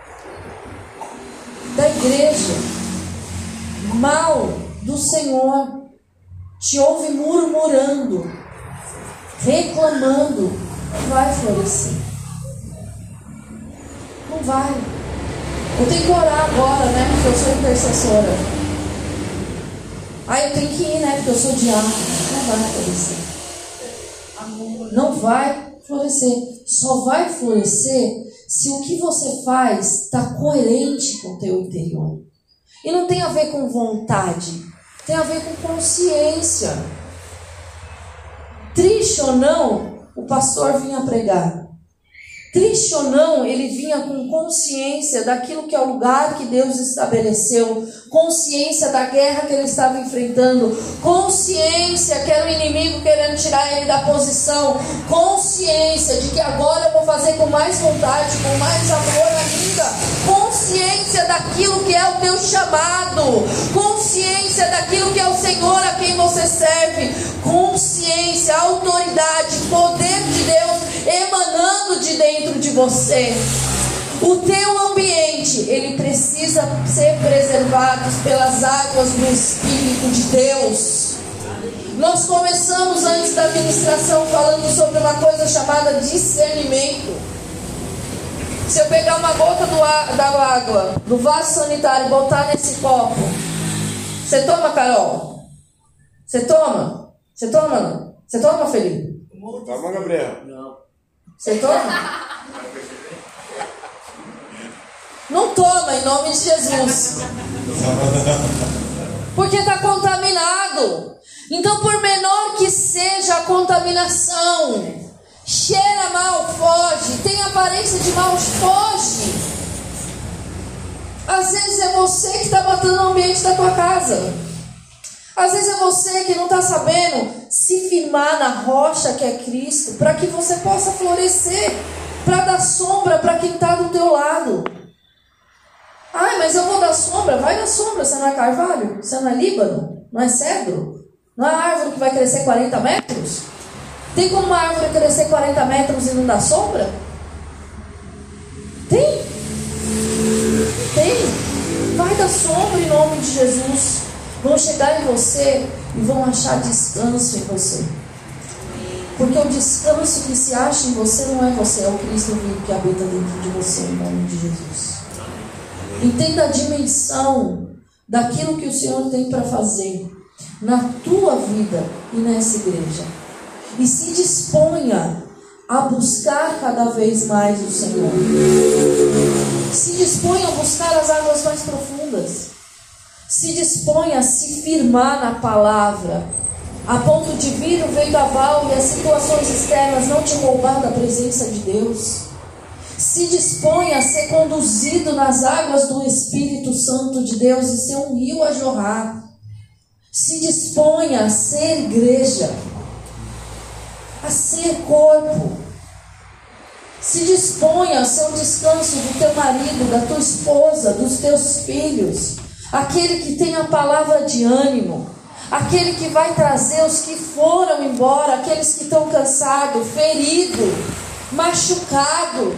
da igreja, mal do Senhor, te ouve murmurando, reclamando, vai florescer. Não vai. Eu tenho que orar agora, né? Porque eu sou intercessora. Eu tenho que ir, né? Porque eu sou diácono. Não vai florescer. Não vai florescer. Só vai florescer se o que você faz está coerente com o teu interior. E não tem a ver com vontade, tem a ver com consciência. Triste ou não, o pastor vinha pregar. Triste ou não, ele vinha com consciência daquilo que é o lugar que Deus estabeleceu, consciência da guerra que ele estava enfrentando, consciência que era o inimigo querendo tirar ele da posição, consciência de que agora eu vou fazer com mais vontade, com mais amor ainda, consciência daquilo que é o teu chamado, consciência daquilo que é o Senhor a quem você serve, consciência, autoridade, poder de Deus emanando de dentro de você. O teu ambiente, ele precisa ser preservado pelas águas do Espírito de Deus. Nós começamos antes da ministração falando sobre uma coisa chamada discernimento. Se eu pegar uma gota da água do vaso sanitário e botar nesse copo, você toma, Carol? Você toma? Você toma, não? Você toma, Felipe? Toma, Gabriel. Não. Você toma? Não toma, em nome de Jesus. Porque está contaminado. Então, por menor que seja a contaminação, cheira mal, foge. Tem aparência de mal, foge. Às vezes é você que está matando o ambiente da tua casa. Às vezes é você que não está sabendo se firmar na rocha que é Cristo, para que você possa florescer, para dar sombra para quem está do teu lado. Mas eu vou dar sombra? Vai dar sombra. Você não é carvalho? Você não é líbano? Não é cedro? Não é árvore que vai crescer 40 metros? Tem como uma árvore crescer 40 metros e não dar sombra? Tem. Vai dar sombra em nome de Jesus. Vão chegar em você e vão achar descanso em você. Porque o descanso que se acha em você não é você, é o Cristo vivo que habita dentro de você, em nome de Jesus. Entenda a dimensão daquilo que o Senhor tem para fazer na tua vida e nessa igreja. E se disponha a buscar cada vez mais o Senhor. Se disponha a buscar as águas mais profundas. Se disponha a se firmar na palavra, a ponto de vir o vendaval e as situações externas não te roubar da presença de Deus. Se disponha a ser conduzido nas águas do Espírito Santo de Deus e ser um rio a jorrar. Se disponha a ser igreja, a ser corpo. Se disponha a ser um descanso do teu marido, da tua esposa, dos teus filhos. Aquele que tem a palavra de ânimo, aquele que vai trazer os que foram embora, aqueles que estão cansados, feridos, machucados.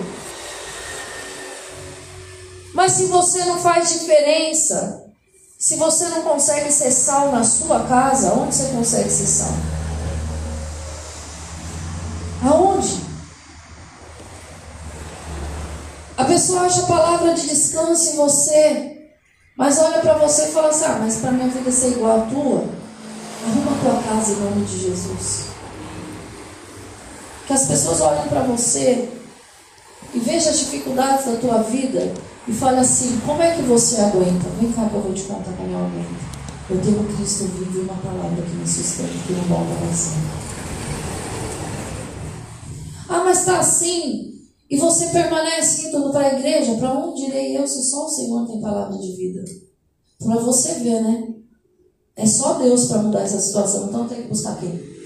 Mas se você não faz diferença, se você não consegue ser sal na sua casa, onde você consegue ser sal? Aonde? A pessoa acha a palavra de descanso em você, mas olha para você e fala assim: mas para minha vida ser igual à tua, arruma a tua casa em nome de Jesus. Que as pessoas olhem para você e vejam as dificuldades da tua vida e falem assim: como é que você aguenta? Vem cá que eu vou te contar como eu aguento. Eu tenho um Cristo vivo e uma palavra que me sustenta, que não volta para cima. Mas está assim, e você permanece indo para a igreja? Para onde irei eu se só o Senhor tem palavra de vida? Para você ver, né? É só Deus para mudar essa situação. Então tem que buscar quem? Tem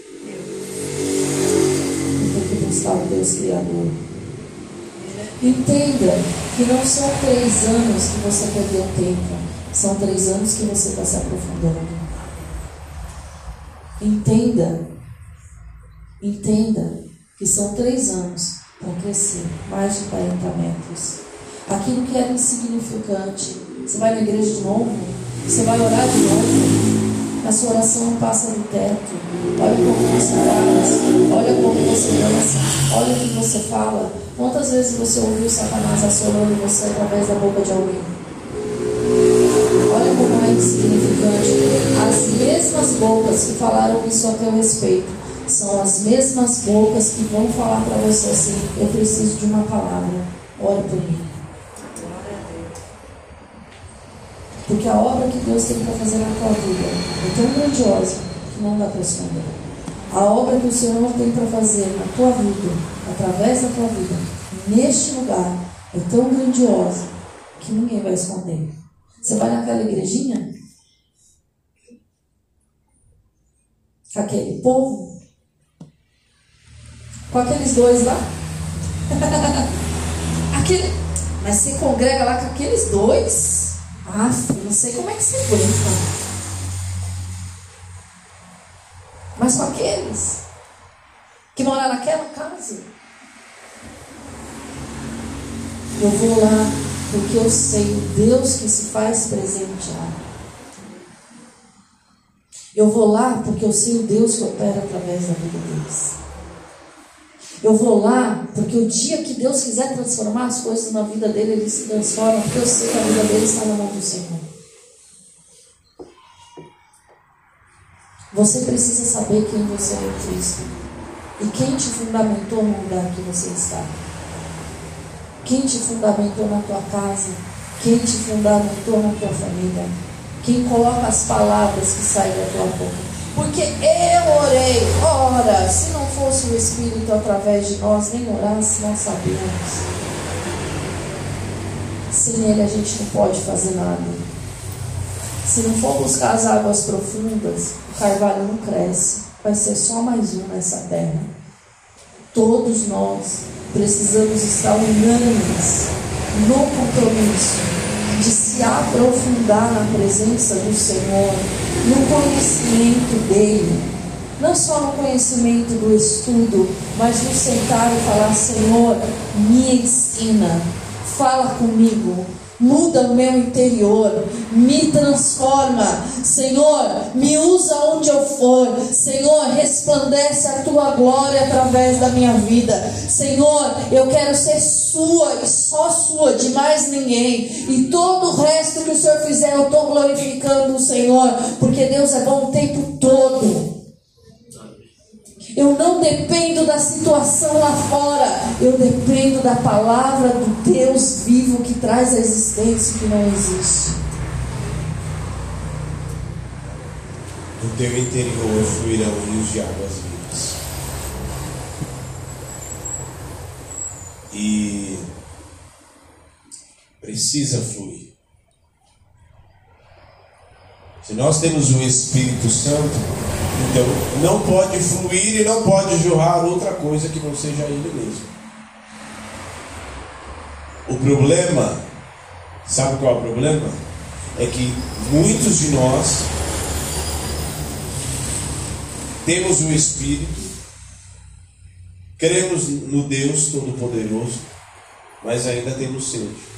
que buscar o Deus Criador. Entenda que não são 3 anos que você perdeu tempo. São 3 anos que você está se aprofundando. Entenda que são 3 anos para crescer mais de 40 metros. Aquilo que era insignificante, você vai na igreja de novo, você vai orar de novo, a sua oração não passa do teto. Olha como você faz, olha como você dança, olha o que você fala. Quantas vezes você ouviu Satanás assolando você através da boca de alguém? Olha como é insignificante. As mesmas bocas que falaram isso a teu respeito são as mesmas bocas que vão falar para você assim: eu preciso de uma palavra, ora por mim. Porque a obra que Deus tem para fazer na tua vida é tão grandiosa que não dá para esconder. A obra que o Senhor tem para fazer na tua vida, através da tua vida, neste lugar, é tão grandiosa que ninguém vai esconder. Você vai naquela igrejinha, com aquele povo, com aqueles 2 lá. Mas você congrega lá com aqueles 2. Não sei como é que você aguenta. Mas com aqueles que moram naquela casa, eu vou lá porque eu sei o Deus que se faz presente lá. Eu vou lá porque eu sei o Deus que opera através da vida deles. Eu vou lá porque o dia que Deus quiser transformar as coisas na vida dele, ele se transforma, porque eu sei que a vida dele está na mão do Senhor. Você precisa saber quem você é em Cristo e quem te fundamentou no lugar que você está. Quem te fundamentou na tua casa, quem te fundamentou na tua família, quem coloca as palavras que saem da tua boca. Porque eu orei, ora, se não fosse o Espírito através de nós, nem orasse, nós sabemos. Sem Ele a gente não pode fazer nada. Se não for buscar as águas profundas, o carvalho não cresce. Vai ser só mais um nessa terra. Todos nós precisamos estar unânimes no compromisso de se aprofundar na presença do Senhor, no conhecimento dEle, não só no conhecimento do estudo, mas no sentar e falar: Senhor, me ensina, fala comigo, muda o meu interior, me transforma, Senhor, me usa onde eu for, Senhor, resplandece a tua glória através da minha vida, Senhor, eu quero ser sua e só sua, de mais ninguém, e todo o resto que o Senhor fizer eu estou glorificando o Senhor, porque Deus é bom o tempo todo. Eu não dependo da situação lá fora, eu dependo da palavra do Deus vivo que traz a existência que não existe. Do teu interior fluirão rios de águas vivas. E precisa fluir. Se nós temos o Espírito Santo, então não pode fluir e não pode jorrar outra coisa que não seja Ele mesmo. O problema, sabe qual é o problema? É que muitos de nós temos o Espírito, cremos no Deus Todo-Poderoso, mas ainda temos sede.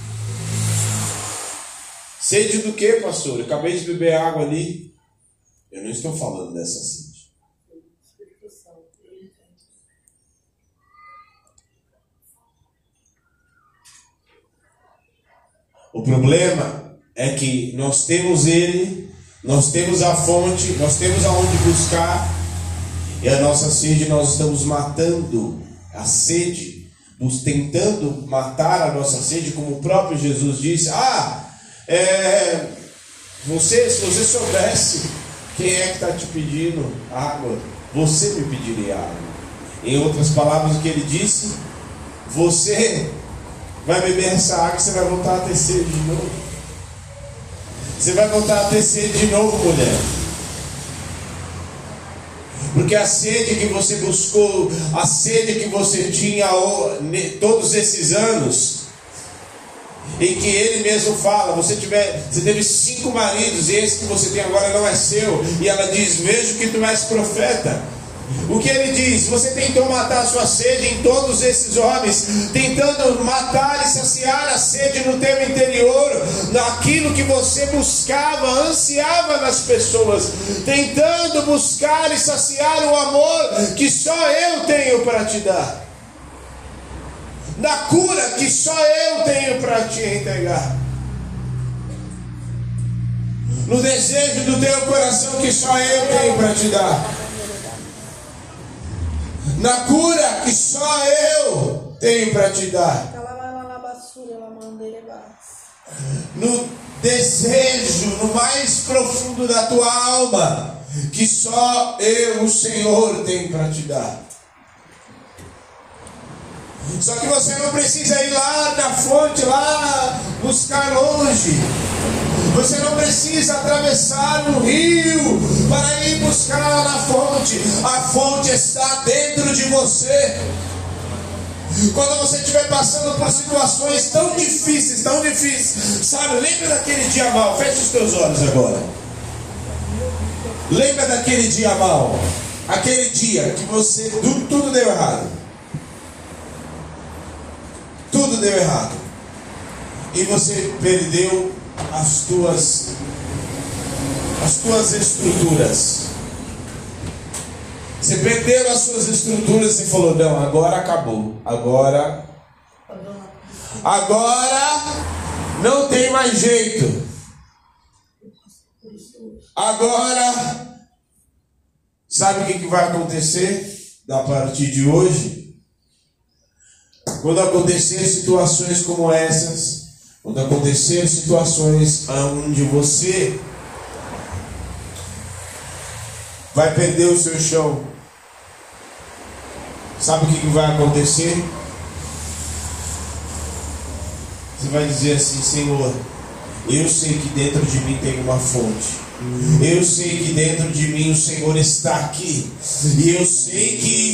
Sede do que, pastor? Eu acabei de beber água ali. Eu não estou falando dessa sede. O problema é que nós temos Ele, nós temos a fonte, nós temos aonde buscar, e a nossa sede, nós estamos matando a sede, tentando matar a nossa sede, como o próprio Jesus disse: se você soubesse quem é que está te pedindo água, você me pediria água. Em outras palavras, o que ele disse: você vai beber essa água e você vai voltar a ter sede de novo. Você vai voltar a ter sede de novo, mulher. Porque a sede que você buscou, a sede que você tinha todos esses anos, em que ele mesmo fala, você teve 5 maridos e esse que você tem agora não é seu. E ela diz, vejo que tu és profeta. O que ele diz? Você tentou matar a sua sede em todos esses homens, tentando matar e saciar a sede no teu interior, naquilo que você buscava, ansiava nas pessoas, tentando buscar e saciar o amor que só eu tenho para te dar, na cura que só eu tenho para te entregar, no desejo do teu coração que só eu tenho para te dar, na cura que só eu tenho para te dar, no desejo, no mais profundo da tua alma, que só eu, o Senhor, tenho para te dar. Só que você não precisa ir lá na fonte, lá buscar longe. Você não precisa atravessar um rio para ir buscar lá na fonte. A fonte está dentro de você. Quando você estiver passando por situações tão difíceis, sabe? Lembra daquele dia mal. Feche os teus olhos agora. Lembra daquele dia mal. Aquele dia que você tudo deu errado. Tudo deu errado. E você perdeu as tuas estruturas. Você perdeu as suas estruturas e falou, não, agora acabou. Agora não tem mais jeito. Agora, sabe o que vai acontecer a partir de hoje? Quando acontecer situações como essas, quando acontecer situações onde você vai perder o seu chão, sabe o que vai acontecer? Você vai dizer assim, Senhor, eu sei que dentro de mim tem uma fonte. Eu sei que dentro de mim o Senhor está aqui. E eu sei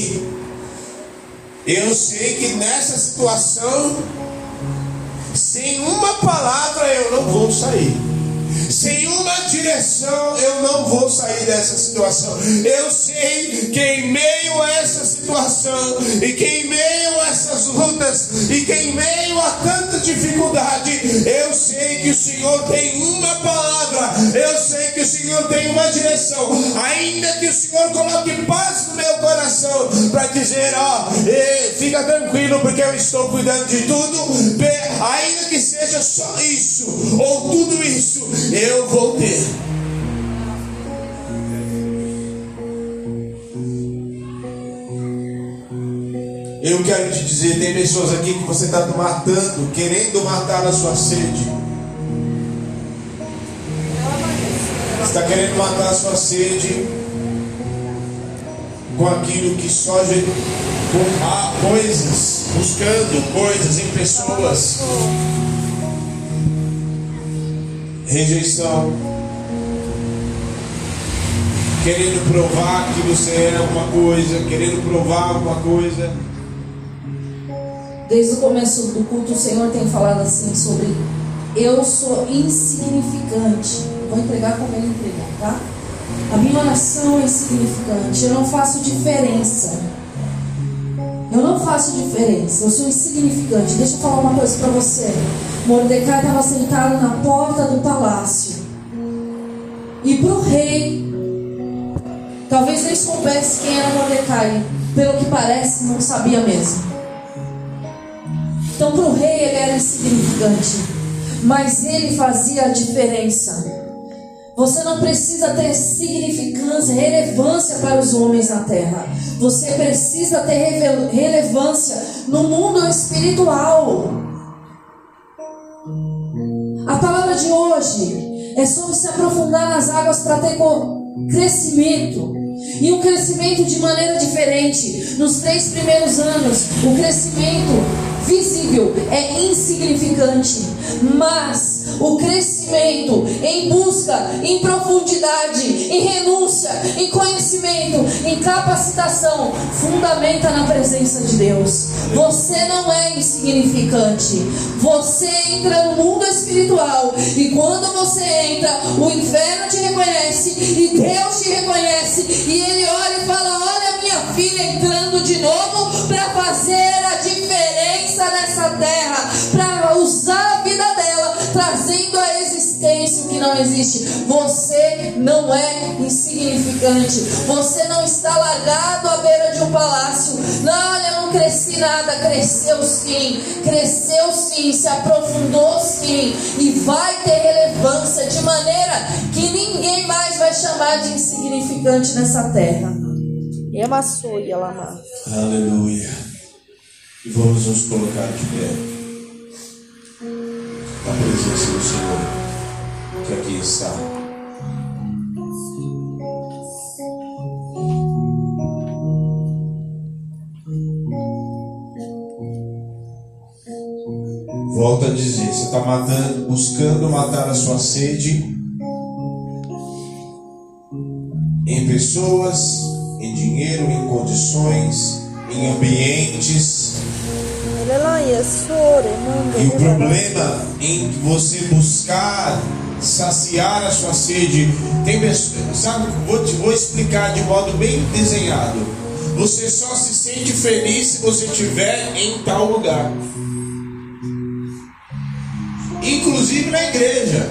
que nessa situação, sem uma palavra eu não vou sair. Sem uma direção eu não vou sair dessa situação. Eu sei que em meio a essa situação, e que em meio a essas lutas, e que em meio a tanta dificuldade, eu sei que o Senhor tem uma palavra, eu sei que o Senhor tem uma direção, ainda que o Senhor coloque paz no meu coração, para dizer, fica tranquilo, porque eu estou cuidando de tudo, ainda que seja só isso, ou tudo isso, eu vou ter. Eu quero te dizer, tem pessoas aqui que você está matando, querendo matar a sua sede. Você está querendo matar a sua sede com aquilo que só com coisas, buscando coisas em pessoas. Rejeição, querendo provar que você é uma coisa, querendo provar alguma coisa. Desde o começo do culto o Senhor tem falado assim sobre eu sou insignificante. Vou entregar como Ele entregou, tá? A minha oração é insignificante. Eu não faço diferença. Eu sou insignificante. Deixa eu falar uma coisa para você. Mordecai estava sentado na porta do palácio. E para o rei, talvez nem soubesse quem era Mordecai. Pelo que parece, não sabia mesmo. Então para o rei ele era insignificante, mas ele fazia a diferença. Você não precisa ter significância, relevância para os homens na terra. Você precisa ter relevância no mundo espiritual. A palavra de hoje é sobre se aprofundar nas águas para ter crescimento. E um crescimento de maneira diferente. Nos 3 primeiros anos, o crescimento visível é insignificante, mas o crescimento em busca, em profundidade, em renúncia, em conhecimento, em capacitação, fundamenta na presença de Deus. Você não é insignificante. Você entra no mundo espiritual e quando você entra, o inferno te reconhece e Deus te reconhece e Ele olha e fala: olha minha filha entrando de novo para fazer a diferença nessa terra, para usar a vida dela, trazendo à existência o que não existe. Você não é insignificante. Você não está largado à beira de um palácio. Não, olha, eu não cresci nada. Cresceu sim, se aprofundou sim, e vai ter relevância de maneira que ninguém mais vai chamar de insignificante nessa terra. Aleluia. E vamos nos colocar de pé na presença do Senhor que aqui está. Volto a dizer, você está buscando matar a sua sede em pessoas, em dinheiro, em condições, em ambientes. E o problema em você buscar saciar a sua sede, tem pessoas, sabe, vou explicar de modo bem desenhado. Você só se sente feliz se você estiver em tal lugar, inclusive na igreja.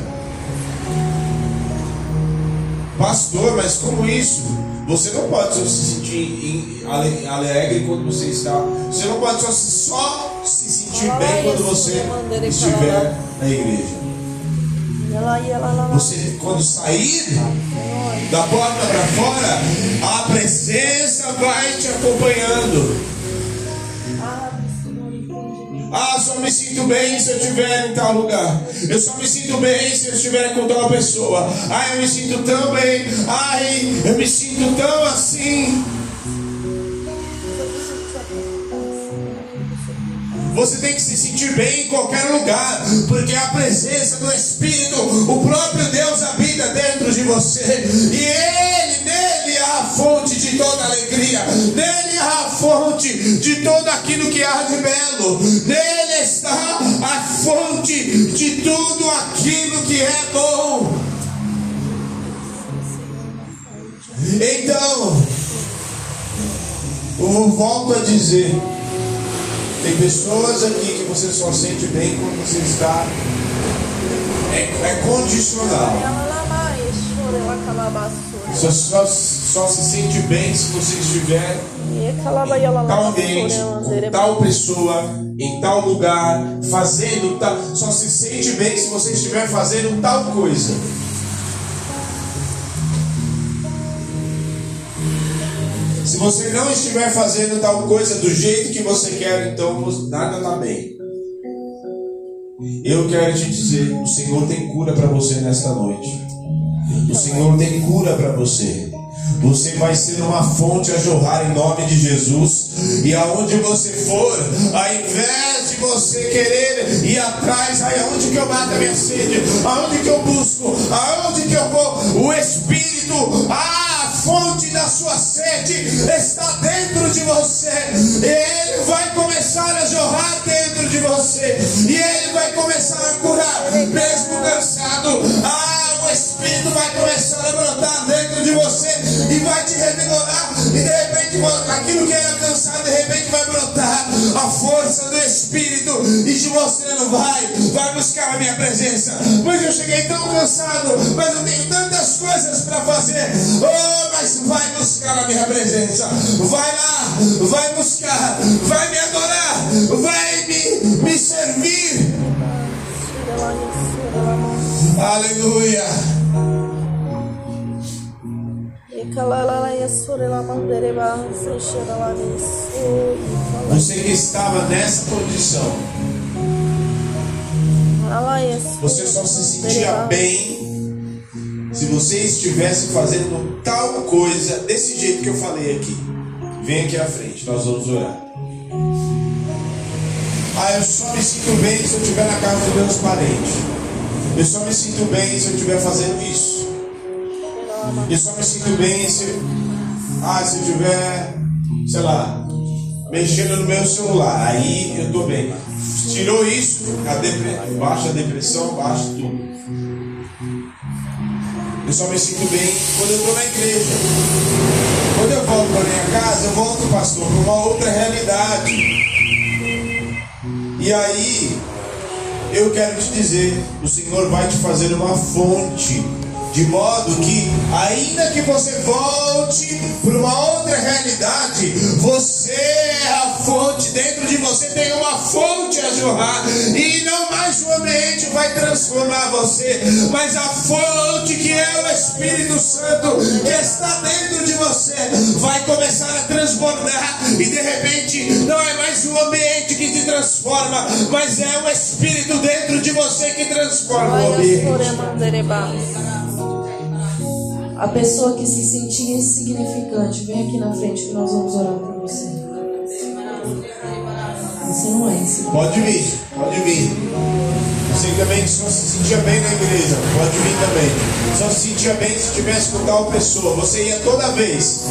Pastor, mas como isso? Você não pode só se sentir alegre quando você está. Você não pode só se sentir bem quando você estiver na igreja. Você, quando sair da porta para fora, a presença vai te acompanhando. Ah, só me sinto bem se eu estiver em tal lugar. Eu só me sinto bem se eu estiver com tal pessoa. Ah, eu me sinto tão bem. Ai, eu me sinto tão assim. Você tem que se sentir bem em qualquer lugar, porque a presença do Espírito, o próprio Deus habita dentro de você. E nele há a fonte de toda alegria. Nele há a fonte de tudo aquilo que há de belo. Nele está a fonte de tudo aquilo que é bom. Então, eu volto a dizer, tem pessoas aqui que você só sente bem quando você está. É condicional. Você só se sente bem se você estiver em tal ambiente, com tal pessoa, em tal lugar, fazendo tal. Só se sente bem se você estiver fazendo tal coisa. Se você não estiver fazendo tal coisa do jeito que você quer, então nada está bem. Eu quero te dizer, o Senhor tem cura para você nesta noite. O Senhor tem cura para você. Você vai ser uma fonte a jorrar em nome de Jesus. E aonde você for, ao invés de você querer ir atrás, aonde que eu mato a minha sede, aonde que eu busco, aonde que eu vou, o Espírito, a fonte da sua sede está dentro de você. E Ele vai começar a jorrar dentro de você. E Ele vai começar a curar, mesmo cansado. O Espírito vai começar a brotar dentro de você e vai te revigorar. E de repente, aquilo que era cansado, de repente vai brotar a força do Espírito. E te mostrando, vai buscar a minha presença. Pois eu cheguei tão cansado, mas eu tenho tantas coisas para fazer. Mas vai buscar a minha presença. Vai lá, vai buscar, vai me adorar, vai me servir. Aleluia. Você que estava nessa condição, você só se sentia bem se você estivesse fazendo tal coisa desse jeito que eu falei aqui. Vem aqui à frente, nós vamos orar. Eu só me sinto bem se eu estiver na casa dos meus parentes. Eu só me sinto bem se eu estiver fazendo isso. Eu só me sinto bem se eu estiver, sei lá, mexendo no meu celular. Aí eu estou bem. Tirou isso, baixa a depressão, baixa tudo. Eu só me sinto bem quando eu estou na igreja. Quando eu volto para minha casa, eu volto, pastor, para uma outra realidade. E aí, eu quero te dizer, o Senhor vai te fazer uma fonte, de modo que, ainda que você volte para uma outra realidade, você é a fonte, dentro de você tem uma fonte a jorrar, e não mais o ambiente vai transformar você, mas a fonte que é o Espírito Santo, que está dentro de você, vai começar a transbordar, e de repente, não é mais o ambiente que te transforma, mas é o Espírito dentro de você que transforma o ambiente. A pessoa que se sentia insignificante, vem aqui na frente que nós vamos orar por você. Você não é insignificante. Pode vir, pode vir. Você também só se sentia bem na igreja, pode vir também. Só se sentia bem se tivesse com tal pessoa. Você ia toda vez.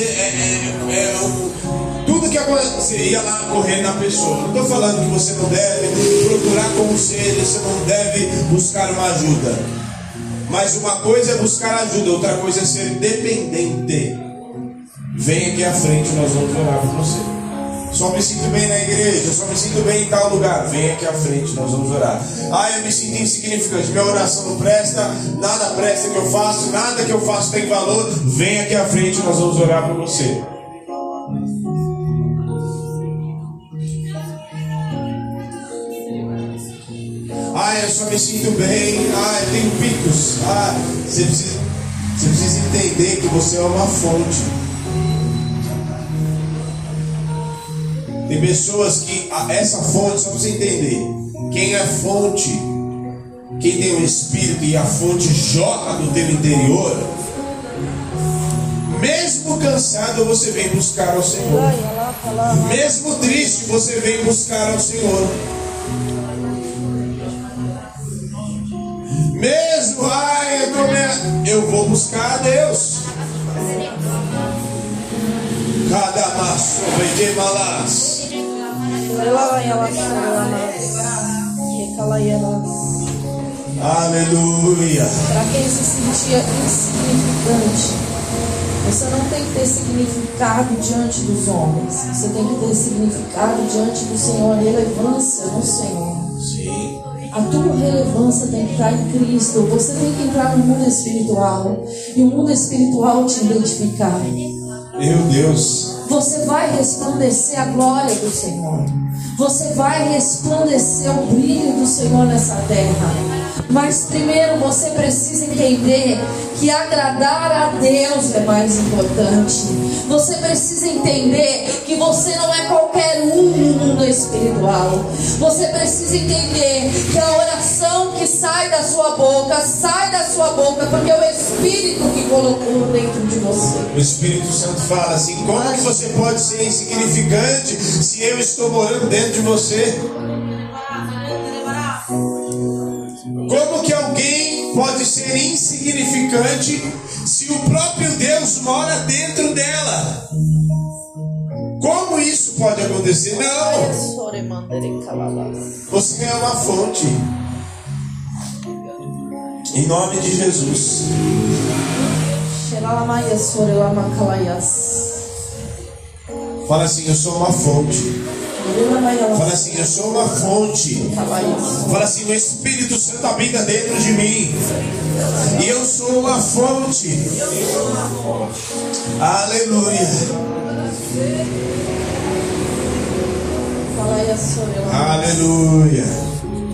Tudo que acontece, você ia lá correr na pessoa. Não estou falando que você não deve procurar conselho, você não deve buscar uma ajuda. Mas uma coisa é buscar ajuda, outra coisa é ser dependente. Vem aqui à frente, nós vamos orar por você. Só me sinto bem na igreja, só me sinto bem em tal lugar. Vem aqui à frente, nós vamos orar. Eu me sinto insignificante, minha oração não presta, nada presta que eu faço, nada que eu faço tem valor. Vem aqui à frente, nós vamos orar por você. Eu só me sinto bem. Eu tenho picos. Você precisa entender que você é uma fonte. Tem pessoas que essa fonte, só para você entender, quem é fonte, quem tem o Espírito e a fonte jorra do teu interior, mesmo cansado você vem buscar ao Senhor. Mesmo triste você vem buscar ao Senhor. Mesmo, eu vou buscar a Deus. Cada maço de malas. Aleluia. Para quem se sentia insignificante, você não tem que ter significado diante dos homens. Você tem que ter significado diante do Senhor, relevância no Senhor. Sim. A tua relevância tem que estar em Cristo. Você tem que entrar no mundo espiritual e o mundo espiritual te identificar. Meu Deus. Você vai resplandecer a glória do Senhor. Você vai resplandecer o brilho do Senhor nessa terra. Mas primeiro você precisa entender que agradar a Deus é mais importante. Você precisa entender que você não é qualquer um no mundo espiritual. Você precisa entender que a oração que sai da sua boca porque é o Espírito que colocou dentro de você. O Espírito Santo fala assim: como que você pode ser insignificante se eu estou morando dentro de você? Como que alguém pode ser insignificante se o próprio Deus mora dentro dela? Como isso pode acontecer? Não! Você é uma fonte. Em nome de Jesus. Fala assim: eu sou uma fonte. Fala assim: eu sou uma fonte. Fala assim: o Espírito Santo habita dentro de mim. E eu sou uma fonte. Aleluia. Aleluia.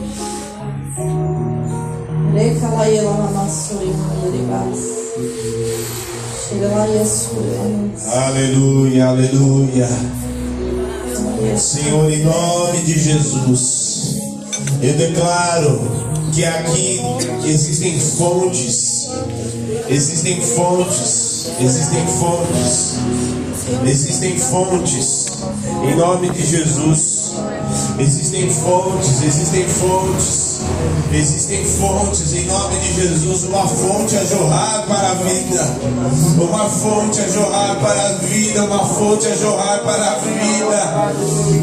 Aleluia, aleluia. Senhor, em nome de Jesus, eu declaro que aqui existem fontes, existem fontes, existem fontes, existem fontes, em nome de Jesus, existem fontes, existem fontes. Existem fontes em nome de Jesus, uma fonte a jorrar para a vida, uma fonte a jorrar para a vida, uma fonte a jorrar para a vida.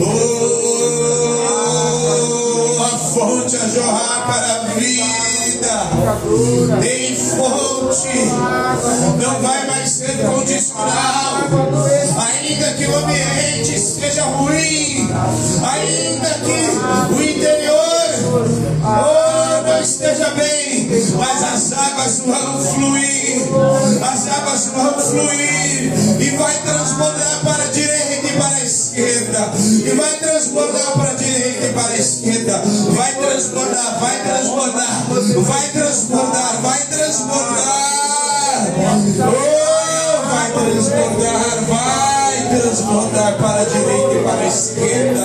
Uma fonte a jorrar para a vida. Tem fonte, não vai mais ser condicional. Ainda que o ambiente esteja ruim, ainda que o interior não esteja bem, mas as águas vão fluir, as águas vão fluir e vai transbordar para a direita e para a esquerda, e vai transbordar para a direita e para a esquerda, vai transbordar, vai transbordar, vai transbordar, vai transbordar, vai transbordar, vai transbordar para a direita e para a esquerda.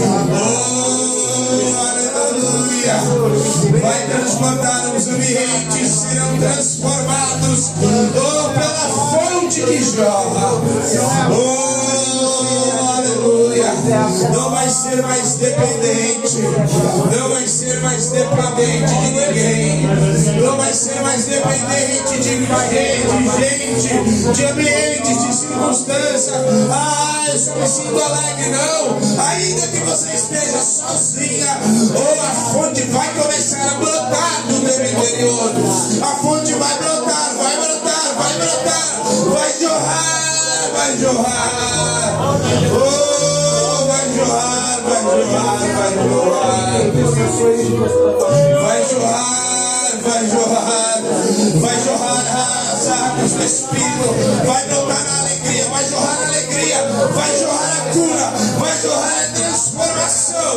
Aleluia! Vai transbordar, os ambientes serão transformados pela fonte que jorra. Aleluia! Não vai ser mais dependente, não vai ser mais dependente de ninguém, não vai ser mais dependente de ninguém, de gente, de ambientes, de circunstâncias. Eu só me sinto alegre, não. Ainda que você esteja sozinha, a fonte vai começar a brotar no teu interior. A fonte vai brotar, vai brotar, vai brotar, vai jorrar, vai jorrar. Vai jorrar, vai jorrar, vai jorrar. Vai jorrar, vai jorrar, vai jorrar as águas do Espírito, vai brotar na alegria, vai jorrar a alegria, vai jorrar a cura, vai jorrar a transformação.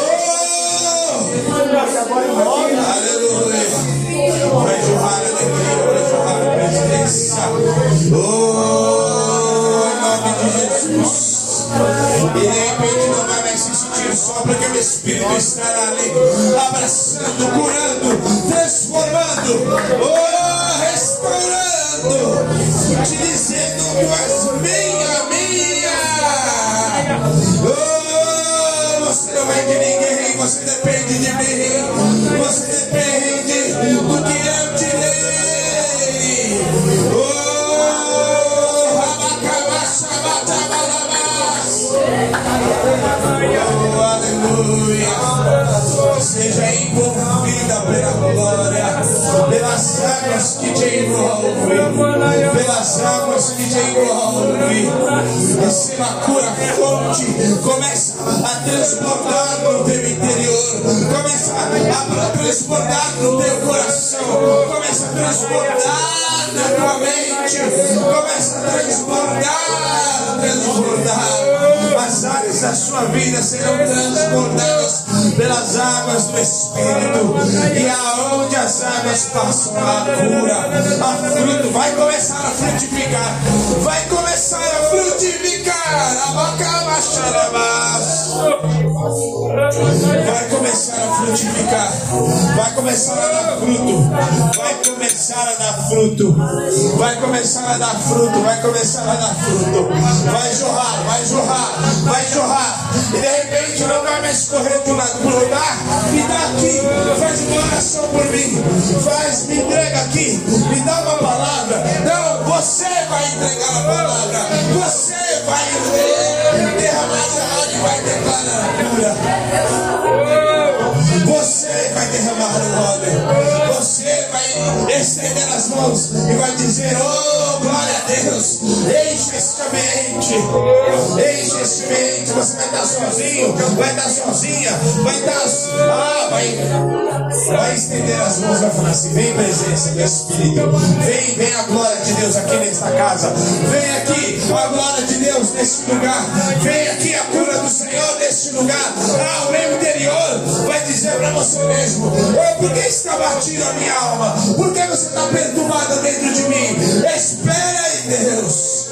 Aleluia. Vai jorrar a alegria, vai jorrar a presença. Em nome de Jesus. E de repente não vai mais se sentir só, porque o Espírito estará ali, abraçando, curando, transformando, restaurando, te dizendo: tu és minha. Você não é de ninguém, você depende de mim, você depende do que eu te dei. Aleluia. Seja envolvida pela glória, pelas águas que te envolvem, pelas águas que te envolvem. Receba a cura, fonte, começa a transbordar no teu interior, começa a transbordar no teu coração, começa a transbordar na tua mente, começa a transbordar. As áreas da sua vida serão transbordadas pelas águas do Espírito, e aonde as águas passam, a cura, a fruto vai começar a frutificar, vai começar a frutificar, vai começar a frutificar, vai começar a dar fruto, vai começar a dar fruto, vai começar a dar fruto, vai começar a dar fruto, vai jorrar, vai jorrar, vai jorrar, e de repente não vai mais correr de um lado para o lugar. Me dá aqui, faz uma oração por mim, me entrega aqui, me dá uma palavra. Não, você vai entregar a palavra, você vai derramar a água e vai declarar a cura. Você vai derramar o óleo, você vai estender as mãos e vai dizer: oh, glória a Deus, enche este ambiente, enche este ambiente. Você vai estar sozinho, vai estar sozinha, vai estar, vai estender as mãos, vai falar assim: vem presença do Espírito, vem a glória de Deus aqui nesta casa, vem aqui a glória de Deus neste lugar, vem aqui a cura do Senhor neste lugar. O meu interior vai dizer para você mesmo: por que está batida a minha alma? Por que você está perturbado dentro de mim? Espera em Deus.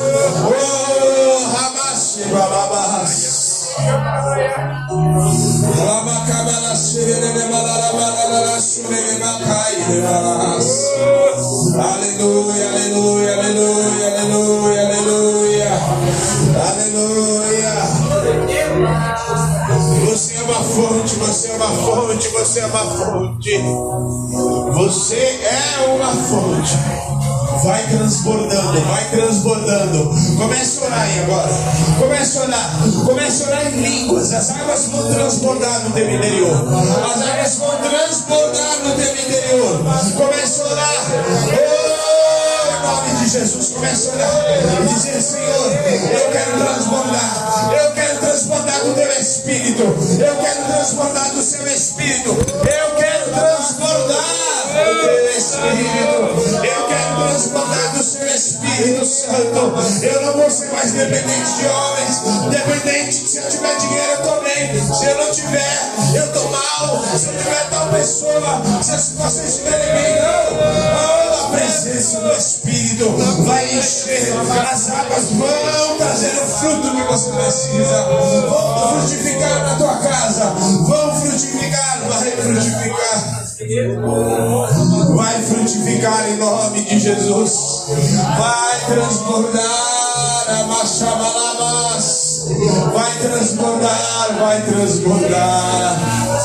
Aleluia, aleluia, aleluia, aleluia, aleluia, aleluia. Você é uma fonte, você você é uma fonte, você é uma fonte. Você é uma fonte. Vai transbordando, vai transbordando. Comece a orar aí agora. Comece a orar. Comece a orar em línguas. As águas vão transbordar no teu interior. As águas vão transbordar no teu interior. Comece a orar. Em nome de Jesus, comece a orar e dizer: Senhor, eu quero transbordar. Eu quero transbordar do teu Espírito. Eu quero transbordar do seu Espírito. Eu quero transbordar do teu Espírito. Eu quero transbordar do seu Espírito Santo. Eu não vou ser mais dependente de homens. Dependente, se eu tiver dinheiro eu estou bem. Se eu não tiver, eu estou mal. Se eu tiver tal pessoa, se as situações estiverem bem, não. A presença do Espírito vai encher. As águas vão trazer o fruto que você precisa. Vão frutificar na tua casa. Vão frutificar, vai frutificar. Vai frutificar em nome de Jesus. Vai transbordar a Machabalamas. Vai transbordar, vai transbordar.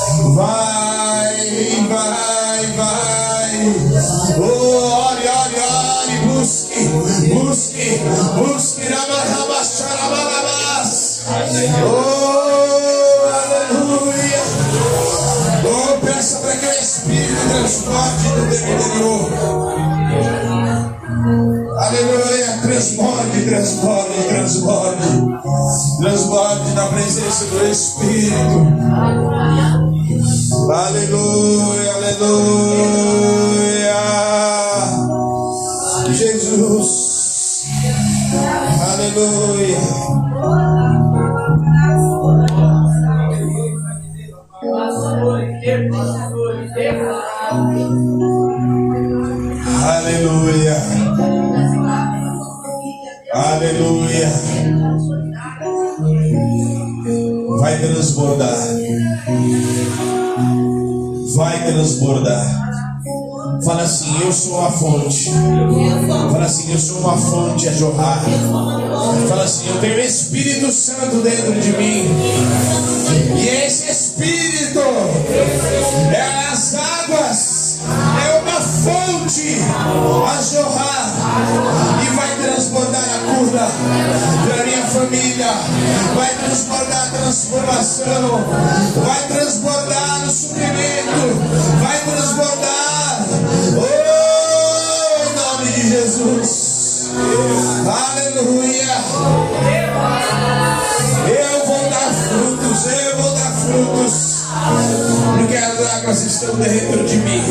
Vai, vai, vai. Oh, ore, ore, ore. Busque, busque, busque. Ramachabalamas. Oh, aleluia. Oh, peça para que o Espírito transporte no teu interior. Aleluia, transborde, transborde, transborde. Transborde na presença do Espírito. Aleluia, aleluia. Jesus. Aleluia. Aleluia. Aleluia. Vai transbordar. Vai transbordar. Fala assim: eu sou a fonte. Fala assim: eu sou uma fonte a jorrar. Fala assim: eu tenho o Espírito Santo dentro de mim. E esse Espírito é as águas, é uma fonte a jorrar. E vai transbordar a cura da minha família. Vai transbordar a transformação. Vai transbordar o suprimento. Vai transbordar. Oh, em nome de Jesus. Aleluia. Eu vou dar frutos. Eu vou dar frutos. Porque as águas estão dentro de mim.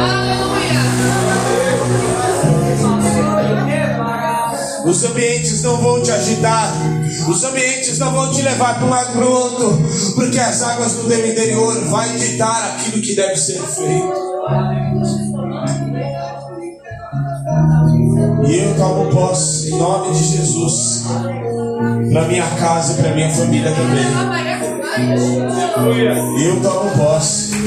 Os ambientes não vão te agitar. Os ambientes não vão te levar para um lado para o outro. Porque as águas do teu interior vai ditar aquilo que deve ser feito. E eu tomo posse em nome de Jesus. Para minha casa e para minha família também. Eu tomo posse.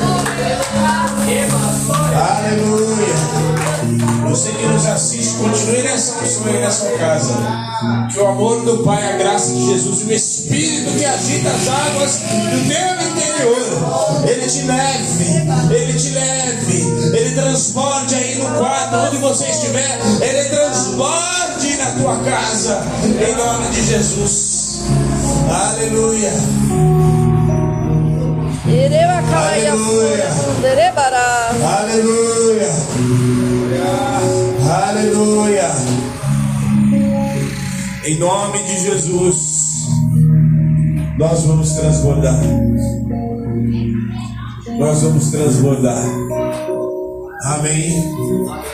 Aleluia. Você que nos assiste, continue nessa unção aí na sua casa. Que o amor do Pai, a graça de Jesus e o Espírito que agita as águas do teu interior, Ele te leve, Ele transborde aí no quarto, onde você estiver, Ele transborde na tua casa, em nome de Jesus. Aleluia. Aleluia. Aleluia. Aleluia. Em nome de Jesus, nós vamos transbordar. Nós vamos transbordar. Amém.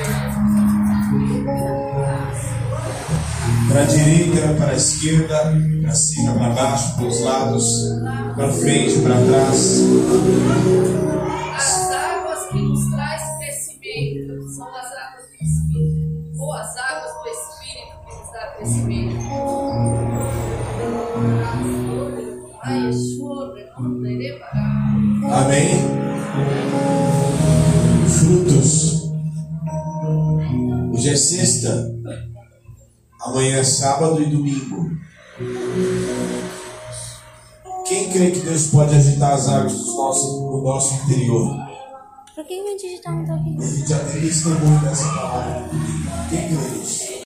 Para a direita, para a esquerda, para cima, para baixo, para os lados, para frente, para trás. As águas que nos traz crescimento são as águas do Espírito, ou as águas do Espírito que nos dá crescimento. Amém. Frutos. Hoje é sexta. Amanhã é sábado e domingo. Quem Quem crê que Deus pode agitar as águas do nosso interior? Por que a gente digitar um toque? A gente já tem testemunho dessa palavra. Quem crê nisso?